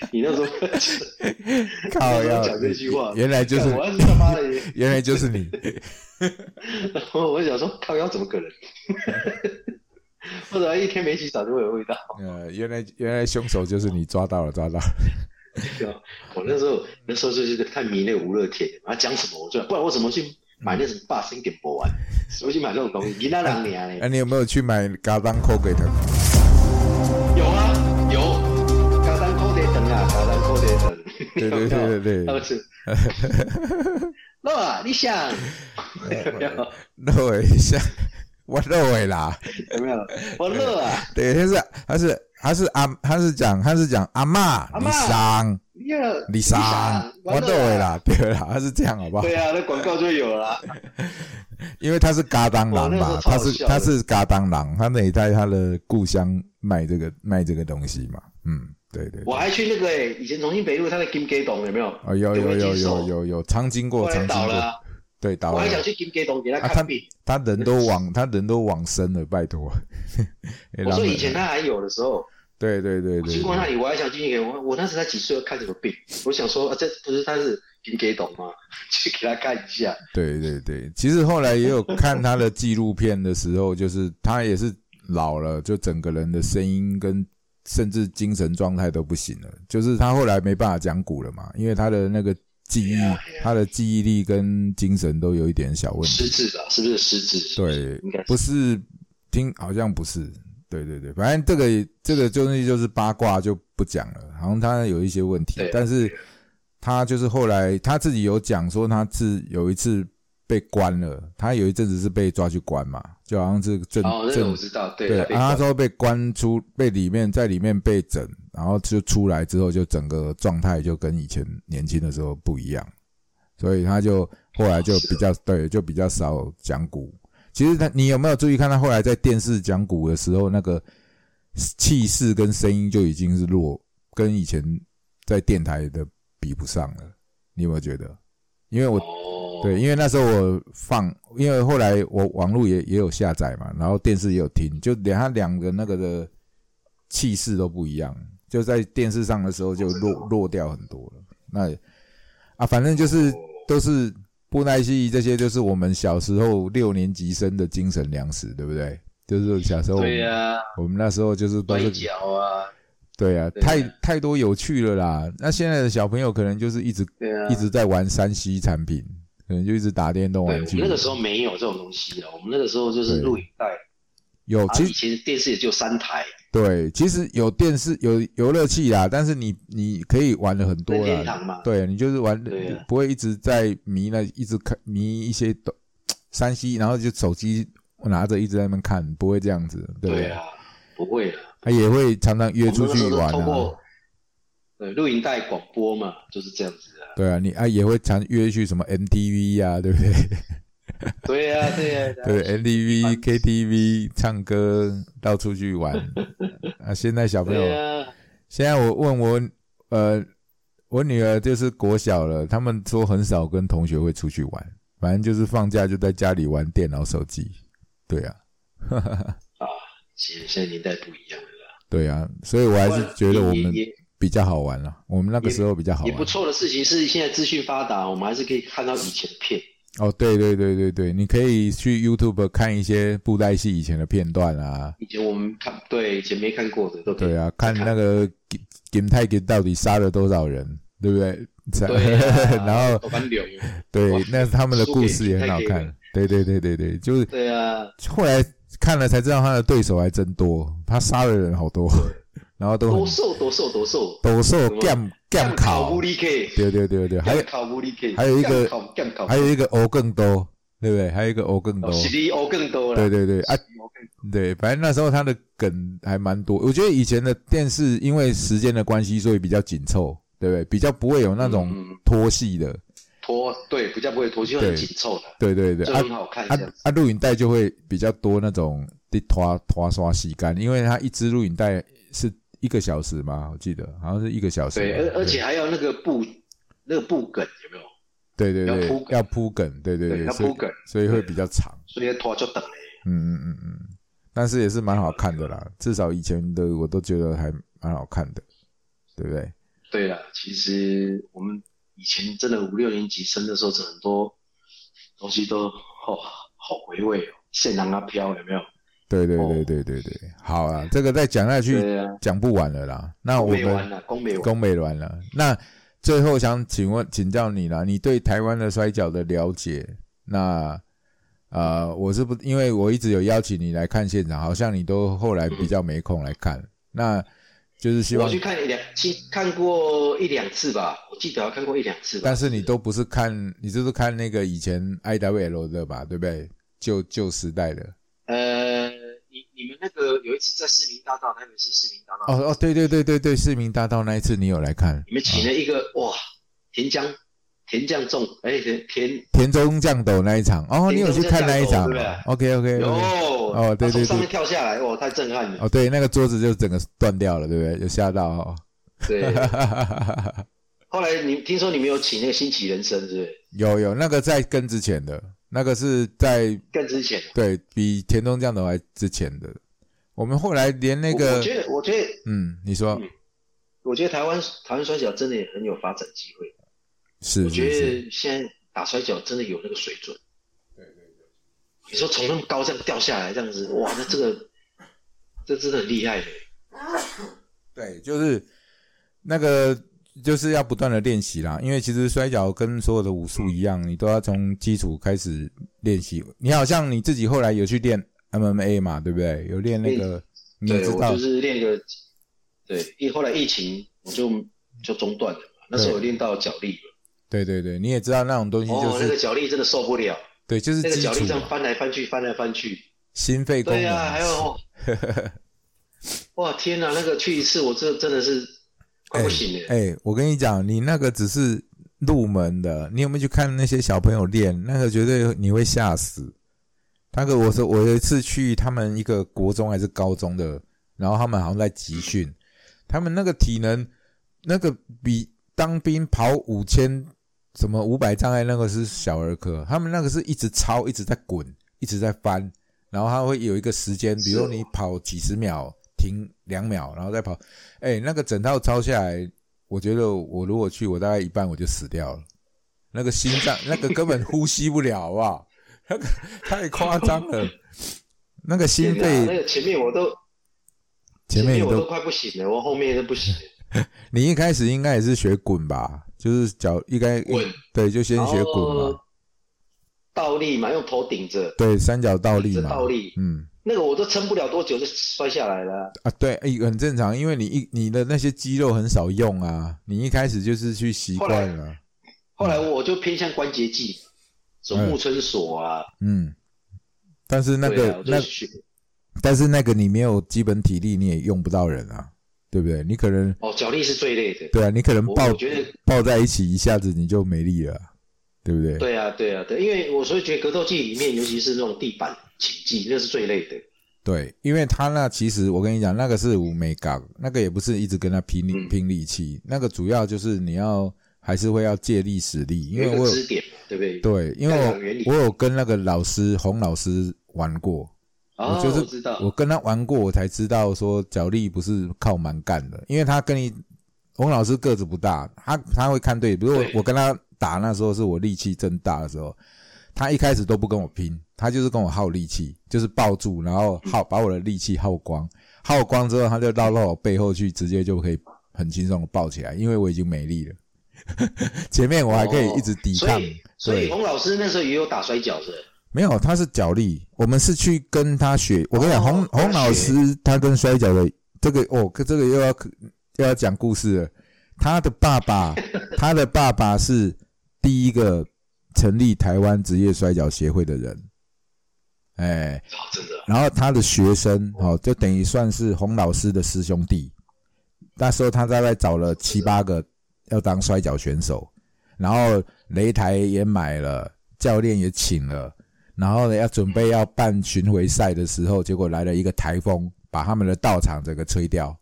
Speaker 2: 你那时候
Speaker 1: 靠要
Speaker 2: 讲这句话，
Speaker 1: 原来就是
Speaker 2: 我是他妈的，
Speaker 1: 原来就是你。
Speaker 2: 然后我想说，靠腰怎么可能？或者一天没洗澡就会有味道。
Speaker 1: 呃，原来原来凶手就是你，抓到了抓到了。
Speaker 2: 我那时候那时候就是太迷那个吴乐天，他讲什么我就，不然我怎么去买那什么霸生给播完？怎么去买那种东西？你那两年呢？
Speaker 1: 那、啊、你有没有去买嘎当扣给他？
Speaker 2: 有啊，有嘎当扣给等啊，嘎当扣给等。
Speaker 1: 对对对对对。
Speaker 2: 都是。乐啊，你想？
Speaker 1: 乐一下。我乐伟啦，
Speaker 2: 有没有？我乐啊！
Speaker 1: 对，他是他是他是阿他是讲他是讲阿嬷，你伤，你伤，我乐伟啦，对啦，他是这样好不好？
Speaker 2: 对啊，那广告就有了啦。
Speaker 1: 因为他是嘎当郎嘛，他是他是嘎当郎，他那在他的故乡卖这个卖这个东西嘛，嗯，对 对, 對。
Speaker 2: 我还去那个诶、欸，以前重庆北路他的金鸡洞有没有？
Speaker 1: 哦，有有有有有有，常经过，常经过。对，倒了。
Speaker 2: 我还想去金鸡洞给他看病、
Speaker 1: 啊。他人都往他人都往生了，拜托。
Speaker 2: 我说以前他还有的时候。
Speaker 1: 对对对 对, 對。
Speaker 2: 经过那里，我还想进去给我，我那时才几岁，看什么病？我想说，啊，这不是他是金鸡洞吗？去给他看一下。
Speaker 1: 对对对，其实后来也有看他的纪录片的时候，就是他也是老了，就整个人的声音跟甚至精神状态都不行了，就是他后来没办法讲古了嘛，因为他的那个。记忆，他的记忆力跟精神都有一点小问题。
Speaker 2: 失智吧？是不是失智？
Speaker 1: 对，不是听，好像不是。对对对，反正这个这个东西就是八卦，就不讲了。好像他有一些问题，但是他就是后来他自己有讲说，他是有一次被关了，他有一阵子是被抓去关嘛，就好像是正
Speaker 2: 哦，那个我知道，对
Speaker 1: 对，
Speaker 2: 然
Speaker 1: 后他说被关出，被里面在里面被整。然后就出来之后，就整个状态就跟以前年轻的时候不一样，所以他就后来就比较对，就比较少讲古。其实他，你有没有注意看他后来在电视讲古的时候，那个气势跟声音就已经是弱，跟以前在电台的比不上了。你有没有觉得？因为我对，因为那时候我放，因为后来我网络也也有下载嘛，然后电视也有听，就连他两个那个的气势都不一样。就在电视上的时候就落落掉很多了。那啊，反正就是都是布袋戏这些，就是我们小时候六年级生的精神粮食，对不对？就是小时候，
Speaker 2: 对呀、啊，
Speaker 1: 我们那时候就是都是
Speaker 2: 脚啊，
Speaker 1: 对啊，太太多有趣了啦。那现在的小朋友可能就是一直、啊、一直在玩三 C 产品，可能就一直打电动玩具。
Speaker 2: 我们那个时候没有这种东西了，我们那个时候就是录影带。
Speaker 1: 有，其实、
Speaker 2: 啊、其实电视也就三台。
Speaker 1: 对，其实有电视有游乐器啦，但是你你可以玩的很多啦。对，你就是玩，啊、不会一直在迷那一直看迷一些三 C， 然后就手机拿着一直在那边看，不会这样子，对不对？
Speaker 2: 对啊，不会啊。
Speaker 1: 他也会常常约出去玩啊。
Speaker 2: 通过对录影带广播嘛，就是这样子啊。
Speaker 1: 对啊，你啊也会常约去什么 M T V 啊，对不对？
Speaker 2: 对呀、啊，对呀、啊，
Speaker 1: 对 ，M T V、K T V 唱歌，到处去玩啊！现在小朋友，啊、现在我问我，呃，我女儿就是国小了，他们说很少跟同学会出去玩，反正就是放假就在家里玩电脑、手机。对啊，
Speaker 2: 啊，其实现在年代不一样了啦。
Speaker 1: 对啊，所以我还是觉得我们比较好玩啦，我们那个时候比较好玩。
Speaker 2: 也不错的事情是，现在资讯发达，我们还是可以看到以前的片。
Speaker 1: 哦，对对对对对，你可以去 YouTube 看一些布袋戏以前的片段啊。
Speaker 2: 以前我们看，对，以前没看过的都可以。
Speaker 1: 对啊，看那个金太吉到底杀了多少人，对不对？
Speaker 2: 对、啊，
Speaker 1: 然后对，那他们的故事也很好看。对对对对对，就是
Speaker 2: 对啊。
Speaker 1: 后来看了才知道他的对手还真多，他杀的人好多。然后都
Speaker 2: 多瘦多瘦多瘦
Speaker 1: 多瘦干干考，对对对对，还有还有一个还有一个欧更多，对不对？还有一个欧更多，
Speaker 2: 实力欧更多了。
Speaker 1: 对对对啊，对，反正那时候他的梗还蛮多。我觉得以前的电视因为时间的关系，所以比较紧凑，对不对？比较不会有那种拖戏的。
Speaker 2: 拖对，比较不会拖戏，很紧凑的。
Speaker 1: 对对对，
Speaker 2: 就很好看。啊
Speaker 1: 啊，录影带就会比较多那种的拖拖刷洗干，因为它一支录影带是。一个小时嘛，我记得好像是一个小时。
Speaker 2: 对，而而且还要那个布，那个布梗有没有？
Speaker 1: 对对对，要铺梗，要铺梗，对对对，
Speaker 2: 要铺梗，
Speaker 1: 所以会比较长。
Speaker 2: 所以拖就等嘞。
Speaker 1: 嗯嗯嗯嗯，但是也是蛮好看的啦，至少以前的我都觉得还蛮好看的，对不对？
Speaker 2: 对了，其实我们以前真的五六年级生的时候，很多东西都哦好回味哦，线囊啊飘有没有？
Speaker 1: 对对对对对对，好啊，这个再讲下去讲、啊、不完了啦。那我们
Speaker 2: 攻没完
Speaker 1: 攻没完了。那最后想请问请教你啦，你对台湾的摔角的了解？那呃，我是不因为我一直有邀请你来看现场，好像你都后来比较没空来看。嗯、那就是希望
Speaker 2: 我去看一两，看过一两次吧，我记得要看过一两次吧。
Speaker 1: 但是你都不是看，你就是看那个以前 I W L 的吧，对不对？旧旧时代的。
Speaker 2: 呃，你你们那个有一次在市民大道，台北市市民大道。
Speaker 1: 哦哦，对对对对对，市民大道那一次你有来看？
Speaker 2: 你们请了一个、哦、哇，田江田将重哎田田
Speaker 1: 田中将斗那一场哦，你有去看那一场？对不对 ？OK OK。
Speaker 2: 有
Speaker 1: 哦，对对对，
Speaker 2: 从上面跳下来，哇，太震撼了。
Speaker 1: 哦，对，那个桌子就整个断掉了，对不对？有吓到哦。
Speaker 2: 对。后来你听说你们有请那个新奇人生，是不是？
Speaker 1: 有有，那个在更之前的。那个是在
Speaker 2: 更之前，
Speaker 1: 对比田中将斗还之前的。我们后来连那个，
Speaker 2: 我, 我觉得，我觉得，
Speaker 1: 嗯，你说，嗯、
Speaker 2: 我觉得台湾台湾摔角真的也很有发展机会。
Speaker 1: 是，
Speaker 2: 我觉得现在打摔角真的有那个水准。
Speaker 1: 对对对。
Speaker 2: 你说从那么高这样掉下来这样子，哇，那这个这真的很厉害的。
Speaker 1: 对，就是那个。就是要不断的练习啦，因为其实摔角跟所有的武术一样，你都要从基础开始练习。你好像你自己后来有去练 M M A 嘛，对不对？有练那个，你知道？
Speaker 2: 对，我就是练个，对，后来疫情我就就中断了嘛，那时候我练到脚力了。
Speaker 1: 对对对，你也知道那种东西就是，哦，
Speaker 2: 那个脚力真的受不了。
Speaker 1: 对，就是
Speaker 2: 那个脚力这样翻来翻去，翻来翻去，
Speaker 1: 心肺功能。
Speaker 2: 对啊，还有，哇天哪，那个去一次我这真的是。不行耶！
Speaker 1: 哎、欸欸，我跟你讲，你那个只是入门的，你有没有去看那些小朋友练？那个绝对你会吓死。那个我说，我有一次去他们一个国中还是高中的，然后他们好像在集训，他们那个体能，那个比当兵跑五千什么五百障碍那个是小儿科，他们那个是一直超，一直在滚，一直在翻，然后他会有一个时间，比如你跑几十秒。停两秒，然后再跑，哎、欸，那个整套抄下来，我觉得我如果去，我大概一半我就死掉了。那个心脏，那个根本呼吸不了，好不好？那个太夸张了，那个心肺，
Speaker 2: 那个前面我都，
Speaker 1: 前面
Speaker 2: 我都快不行了，我后面都不行。
Speaker 1: 你一开始应该也是学滚吧？就是脚应该
Speaker 2: 滚，
Speaker 1: 对，就先学滚嘛。
Speaker 2: 倒立嘛，用头顶着。
Speaker 1: 对，三角倒立嘛。
Speaker 2: 倒立，
Speaker 1: 嗯。
Speaker 2: 那个我都撑不了多久就摔下来了
Speaker 1: 啊！对，很正常，因为你一你的那些肌肉很少用啊，你一开始就是去习惯了。
Speaker 2: 后来我就偏向关节技，什么木村锁啊，
Speaker 1: 嗯，但是那个、啊、那，但是那个你没有基本体力，你也用不到人啊，对不对？你可能
Speaker 2: 哦，脚力是最累的。
Speaker 1: 对啊，你可能抱
Speaker 2: 我觉得
Speaker 1: 抱在一起，一下子你就没力了，对不对？
Speaker 2: 对啊，对啊，对，因为我所以觉得格斗技里面，尤其是那种地板。擒技那是最累的，
Speaker 1: 对，因为他那其实我跟你讲，那个是无美感，那个也不是一直跟他拼力、嗯、拼力气，那个主要就是你要还是会要借力使力，因为我有
Speaker 2: 支点嘛，对不对？
Speaker 1: 对，因为我我有跟那个老师洪老师玩过，
Speaker 2: 哦，
Speaker 1: 我就是
Speaker 2: 我知道，
Speaker 1: 我跟他玩过，我才知道说脚力不是靠蛮干的，因为他跟你洪老师个子不大，他他会看对，比如我我跟他打那时候是我力气正大的时候。他一开始都不跟我拼，他就是跟我耗力气，就是抱住，然后耗把我的力气耗光，耗光之后他就绕到我背后去，直接就可以很轻松的抱起来，因为我已经没力了。前面我还可以一直抵抗。
Speaker 2: 哦、所以，所以洪老师那时候也有打摔跤是？
Speaker 1: 没有，他是脚力，我们是去跟他学。我跟你讲，洪、哦、洪老师他跟摔跤的这个哦，这个又要又要讲故事了。他的爸爸，他的爸爸是第一个。成立台湾职业摔角协会的人，哎、欸，然后他的学生哦，就等于算是洪老师的师兄弟。那时候他大概找了七八个要当摔角选手，然后擂台也买了，教练也请了，然后呢要准备要办巡回赛的时候，结果来了一个台风，把他们的道场整个吹掉。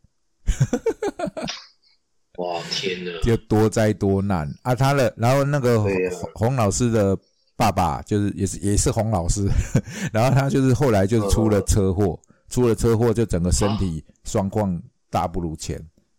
Speaker 2: 哇天哪！
Speaker 1: 就多灾多难啊！他的，然后那个洪老师的爸爸就是也是也是洪老师，然后他就是后来就出了车祸，出了车祸就整个身体状况大不如前。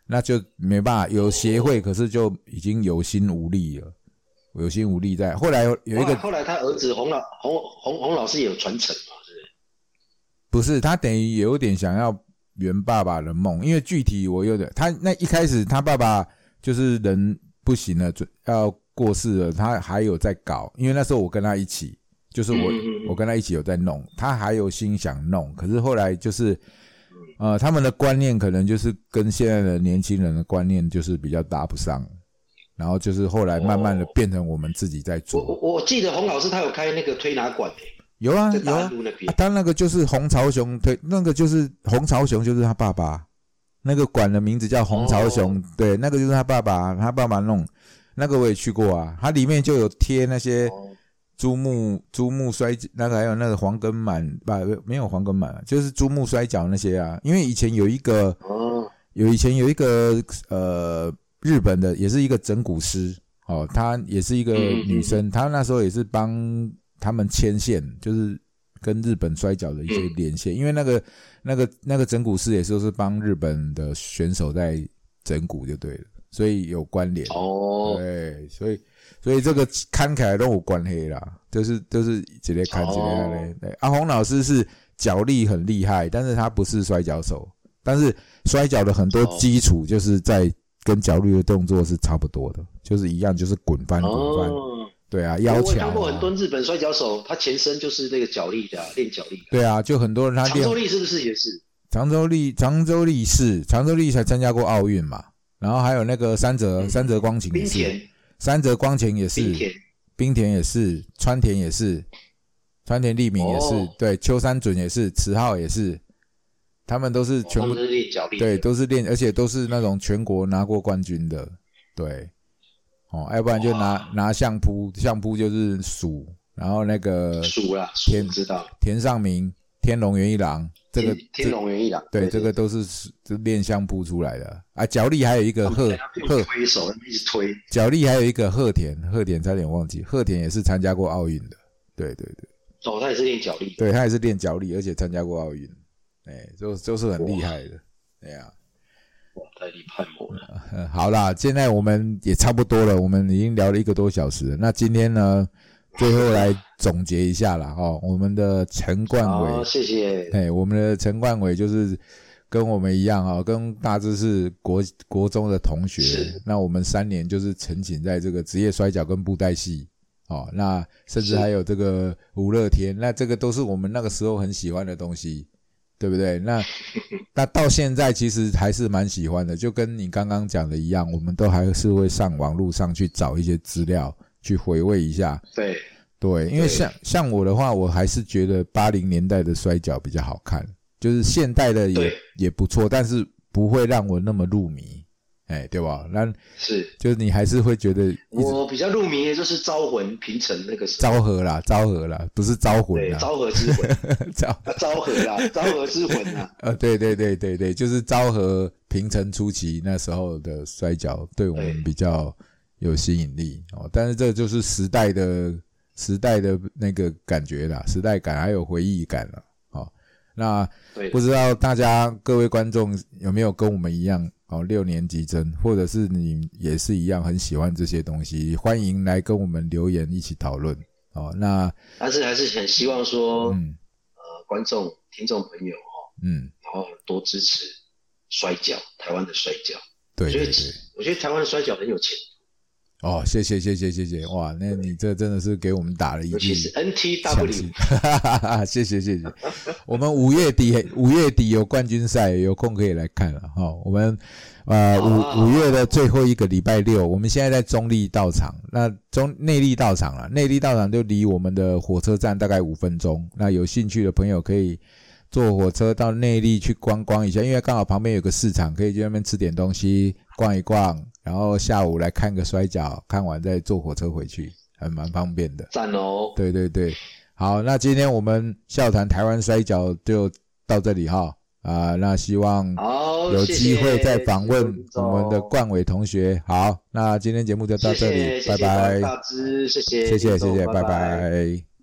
Speaker 1: 那就没办法，有协会，可是就已经有心无力了，有心无力在。后来有有一个，
Speaker 3: 后来他儿子洪老洪洪洪老师也有传承嘛，是不是？
Speaker 1: 不是，他等于有点想要圆爸爸的梦，因为具体我有点，他那一开始他爸爸就是人不行了，要过世了，他还有在搞，因为那时候我跟他一起，就是我、嗯、我跟他一起有在弄，他还有心想弄，可是后来就是。呃，他们的观念可能就是跟现在的年轻人的观念就是比较搭不上，然后就是后来慢慢的变成我们自己在做。
Speaker 3: 我我我记得洪老师他有开那个推拿馆诶，
Speaker 1: 有啊有啊，啊他那个就是洪朝雄推，那个就是洪朝雄就是他爸爸，那个馆的名字叫洪朝雄，哦、对，那个就是他爸爸，他爸爸弄，那个我也去过啊，他里面就有贴那些。哦珠穆珠穆摔那个还有那个黄根满不没有黄根满就是珠穆摔跤那些啊，因为以前有一个哦，有以前有一个呃日本的也是一个整骨师哦，她也是一个女生，她那时候也是帮他们牵线，就是跟日本摔跤的一些连线，因为那个那个那个整骨师也是是帮日本的选手在整骨就对了，所以有关联哦，对，所以。所以这个看起来都有关系啦，就是就是一个看一个嘞。对，阿洪老师是脚力很厉害，但是他不是摔跤手，但是摔跤的很多基础就是在跟脚力的动作是差不多的，就是一样，就是滚翻滚翻。哦、对啊，腰桥、啊。我看
Speaker 3: 过很多日本摔跤手，他前身就是那个脚力的、啊，练脚力的。
Speaker 1: 对啊，就很多人他练。
Speaker 3: 长州力是不是也是？
Speaker 1: 长州力，长州力是长州力才参加过奥运嘛，然后还有那个三泽、嗯、三泽光晴也是。三泽光晴也是，
Speaker 3: 冰田
Speaker 1: 冰田也是，川田也是，川田利明也是，哦、对，秋山准也是，池浩也是，他们都是全部、哦、
Speaker 3: 都是练脚力，
Speaker 1: 对，都是练，而且都是那种全国拿过冠军的，对，哦，要不然就拿拿相扑，相扑就是蜀，然后那个
Speaker 3: 蜀啦，
Speaker 1: 田
Speaker 3: 知道
Speaker 1: 田尚明、天龙元一郎，这个
Speaker 3: 天龙元一郎，
Speaker 1: 对，对这个都是练相扑出来的啊。脚力还有一个贺贺
Speaker 3: 推手一直推，
Speaker 1: 脚力还有一个贺田，贺田差点忘记，贺田也是参加过奥运的，对对对。
Speaker 3: 哦，他也是练脚力，
Speaker 1: 对他也是练脚力，而且参加过奥运，哎，就就是很厉害的，对呀、啊。
Speaker 3: 哇，太厉害了、
Speaker 1: 嗯！好啦，现在我们也差不多了，我们已经聊了一个多小时了。那今天呢？最后来总结一下啦齁，我们的陈冠伟，
Speaker 3: 好，谢谢。
Speaker 1: 哎，我们的陈冠伟就是跟我们一样齁，跟大致是国国中的同学。那我们三年就是沉浸在这个职业摔角跟布袋戏，哦，那甚至还有这个武乐天，那这个都是我们那个时候很喜欢的东西，对不对？那那到现在其实还是蛮喜欢的，就跟你刚刚讲的一样，我们都还是会上网络上去找一些资料。去回味一下，
Speaker 3: 对
Speaker 1: 对，因为像像我的话，我还是觉得八零年代的摔角比较好看，就是现代的也也不错，但是不会让我那么入迷，哎，对吧？那
Speaker 3: 是
Speaker 1: 就是你还是会觉得，
Speaker 3: 我比较入迷的就是招魂平成那个时
Speaker 1: 候，昭和啦，昭和啦，不是招魂啦，
Speaker 3: 对，昭和之魂，昭啊昭和啦，昭和之魂啊，
Speaker 1: 呃，对对对对对，就是昭和平成初期那时候的摔角，对我们比较有吸引力哦，但是这就是时代的时代的那个感觉啦，时代感还有回忆感啦。哦，那不知道大家各位观众有没有跟我们一样哦，六年级生，或者是你也是一样很喜欢这些东西，欢迎来跟我们留言一起讨论哦。那
Speaker 3: 但是还是很希望说，嗯，呃，观众听众朋友哦，嗯，然后多支持摔角，台湾的摔角。
Speaker 1: 对对对，
Speaker 3: 我觉得台湾的摔角很有前途。
Speaker 1: 哦，谢谢谢谢谢谢，哇，那你这真的是给我们打了一剂，尤其
Speaker 3: 是 N T W，
Speaker 1: 谢谢谢谢。我们五月底五月底有冠军赛，有空可以来看了哈、哦。我们呃五五月的最后一个礼拜六，我们现在在中立道场，那中内壢道场啦，内壢道场就离我们的火车站大概五分钟。那有兴趣的朋友可以坐火车到内壢去观光一下，因为刚好旁边有个市场，可以去那边吃点东西，逛一逛。然后下午来看个摔角，看完再坐火车回去，还蛮方便的。
Speaker 3: 赞哦！
Speaker 1: 对对对，好，那今天我们笑谈台湾摔角就到这里哈啊、呃，那希望有机会再访问我们的冠伟同学。好，那今天节目就到这里，
Speaker 3: 谢谢
Speaker 1: 拜拜。
Speaker 3: 大支，谢谢，
Speaker 1: 谢谢谢谢，拜拜。拜拜。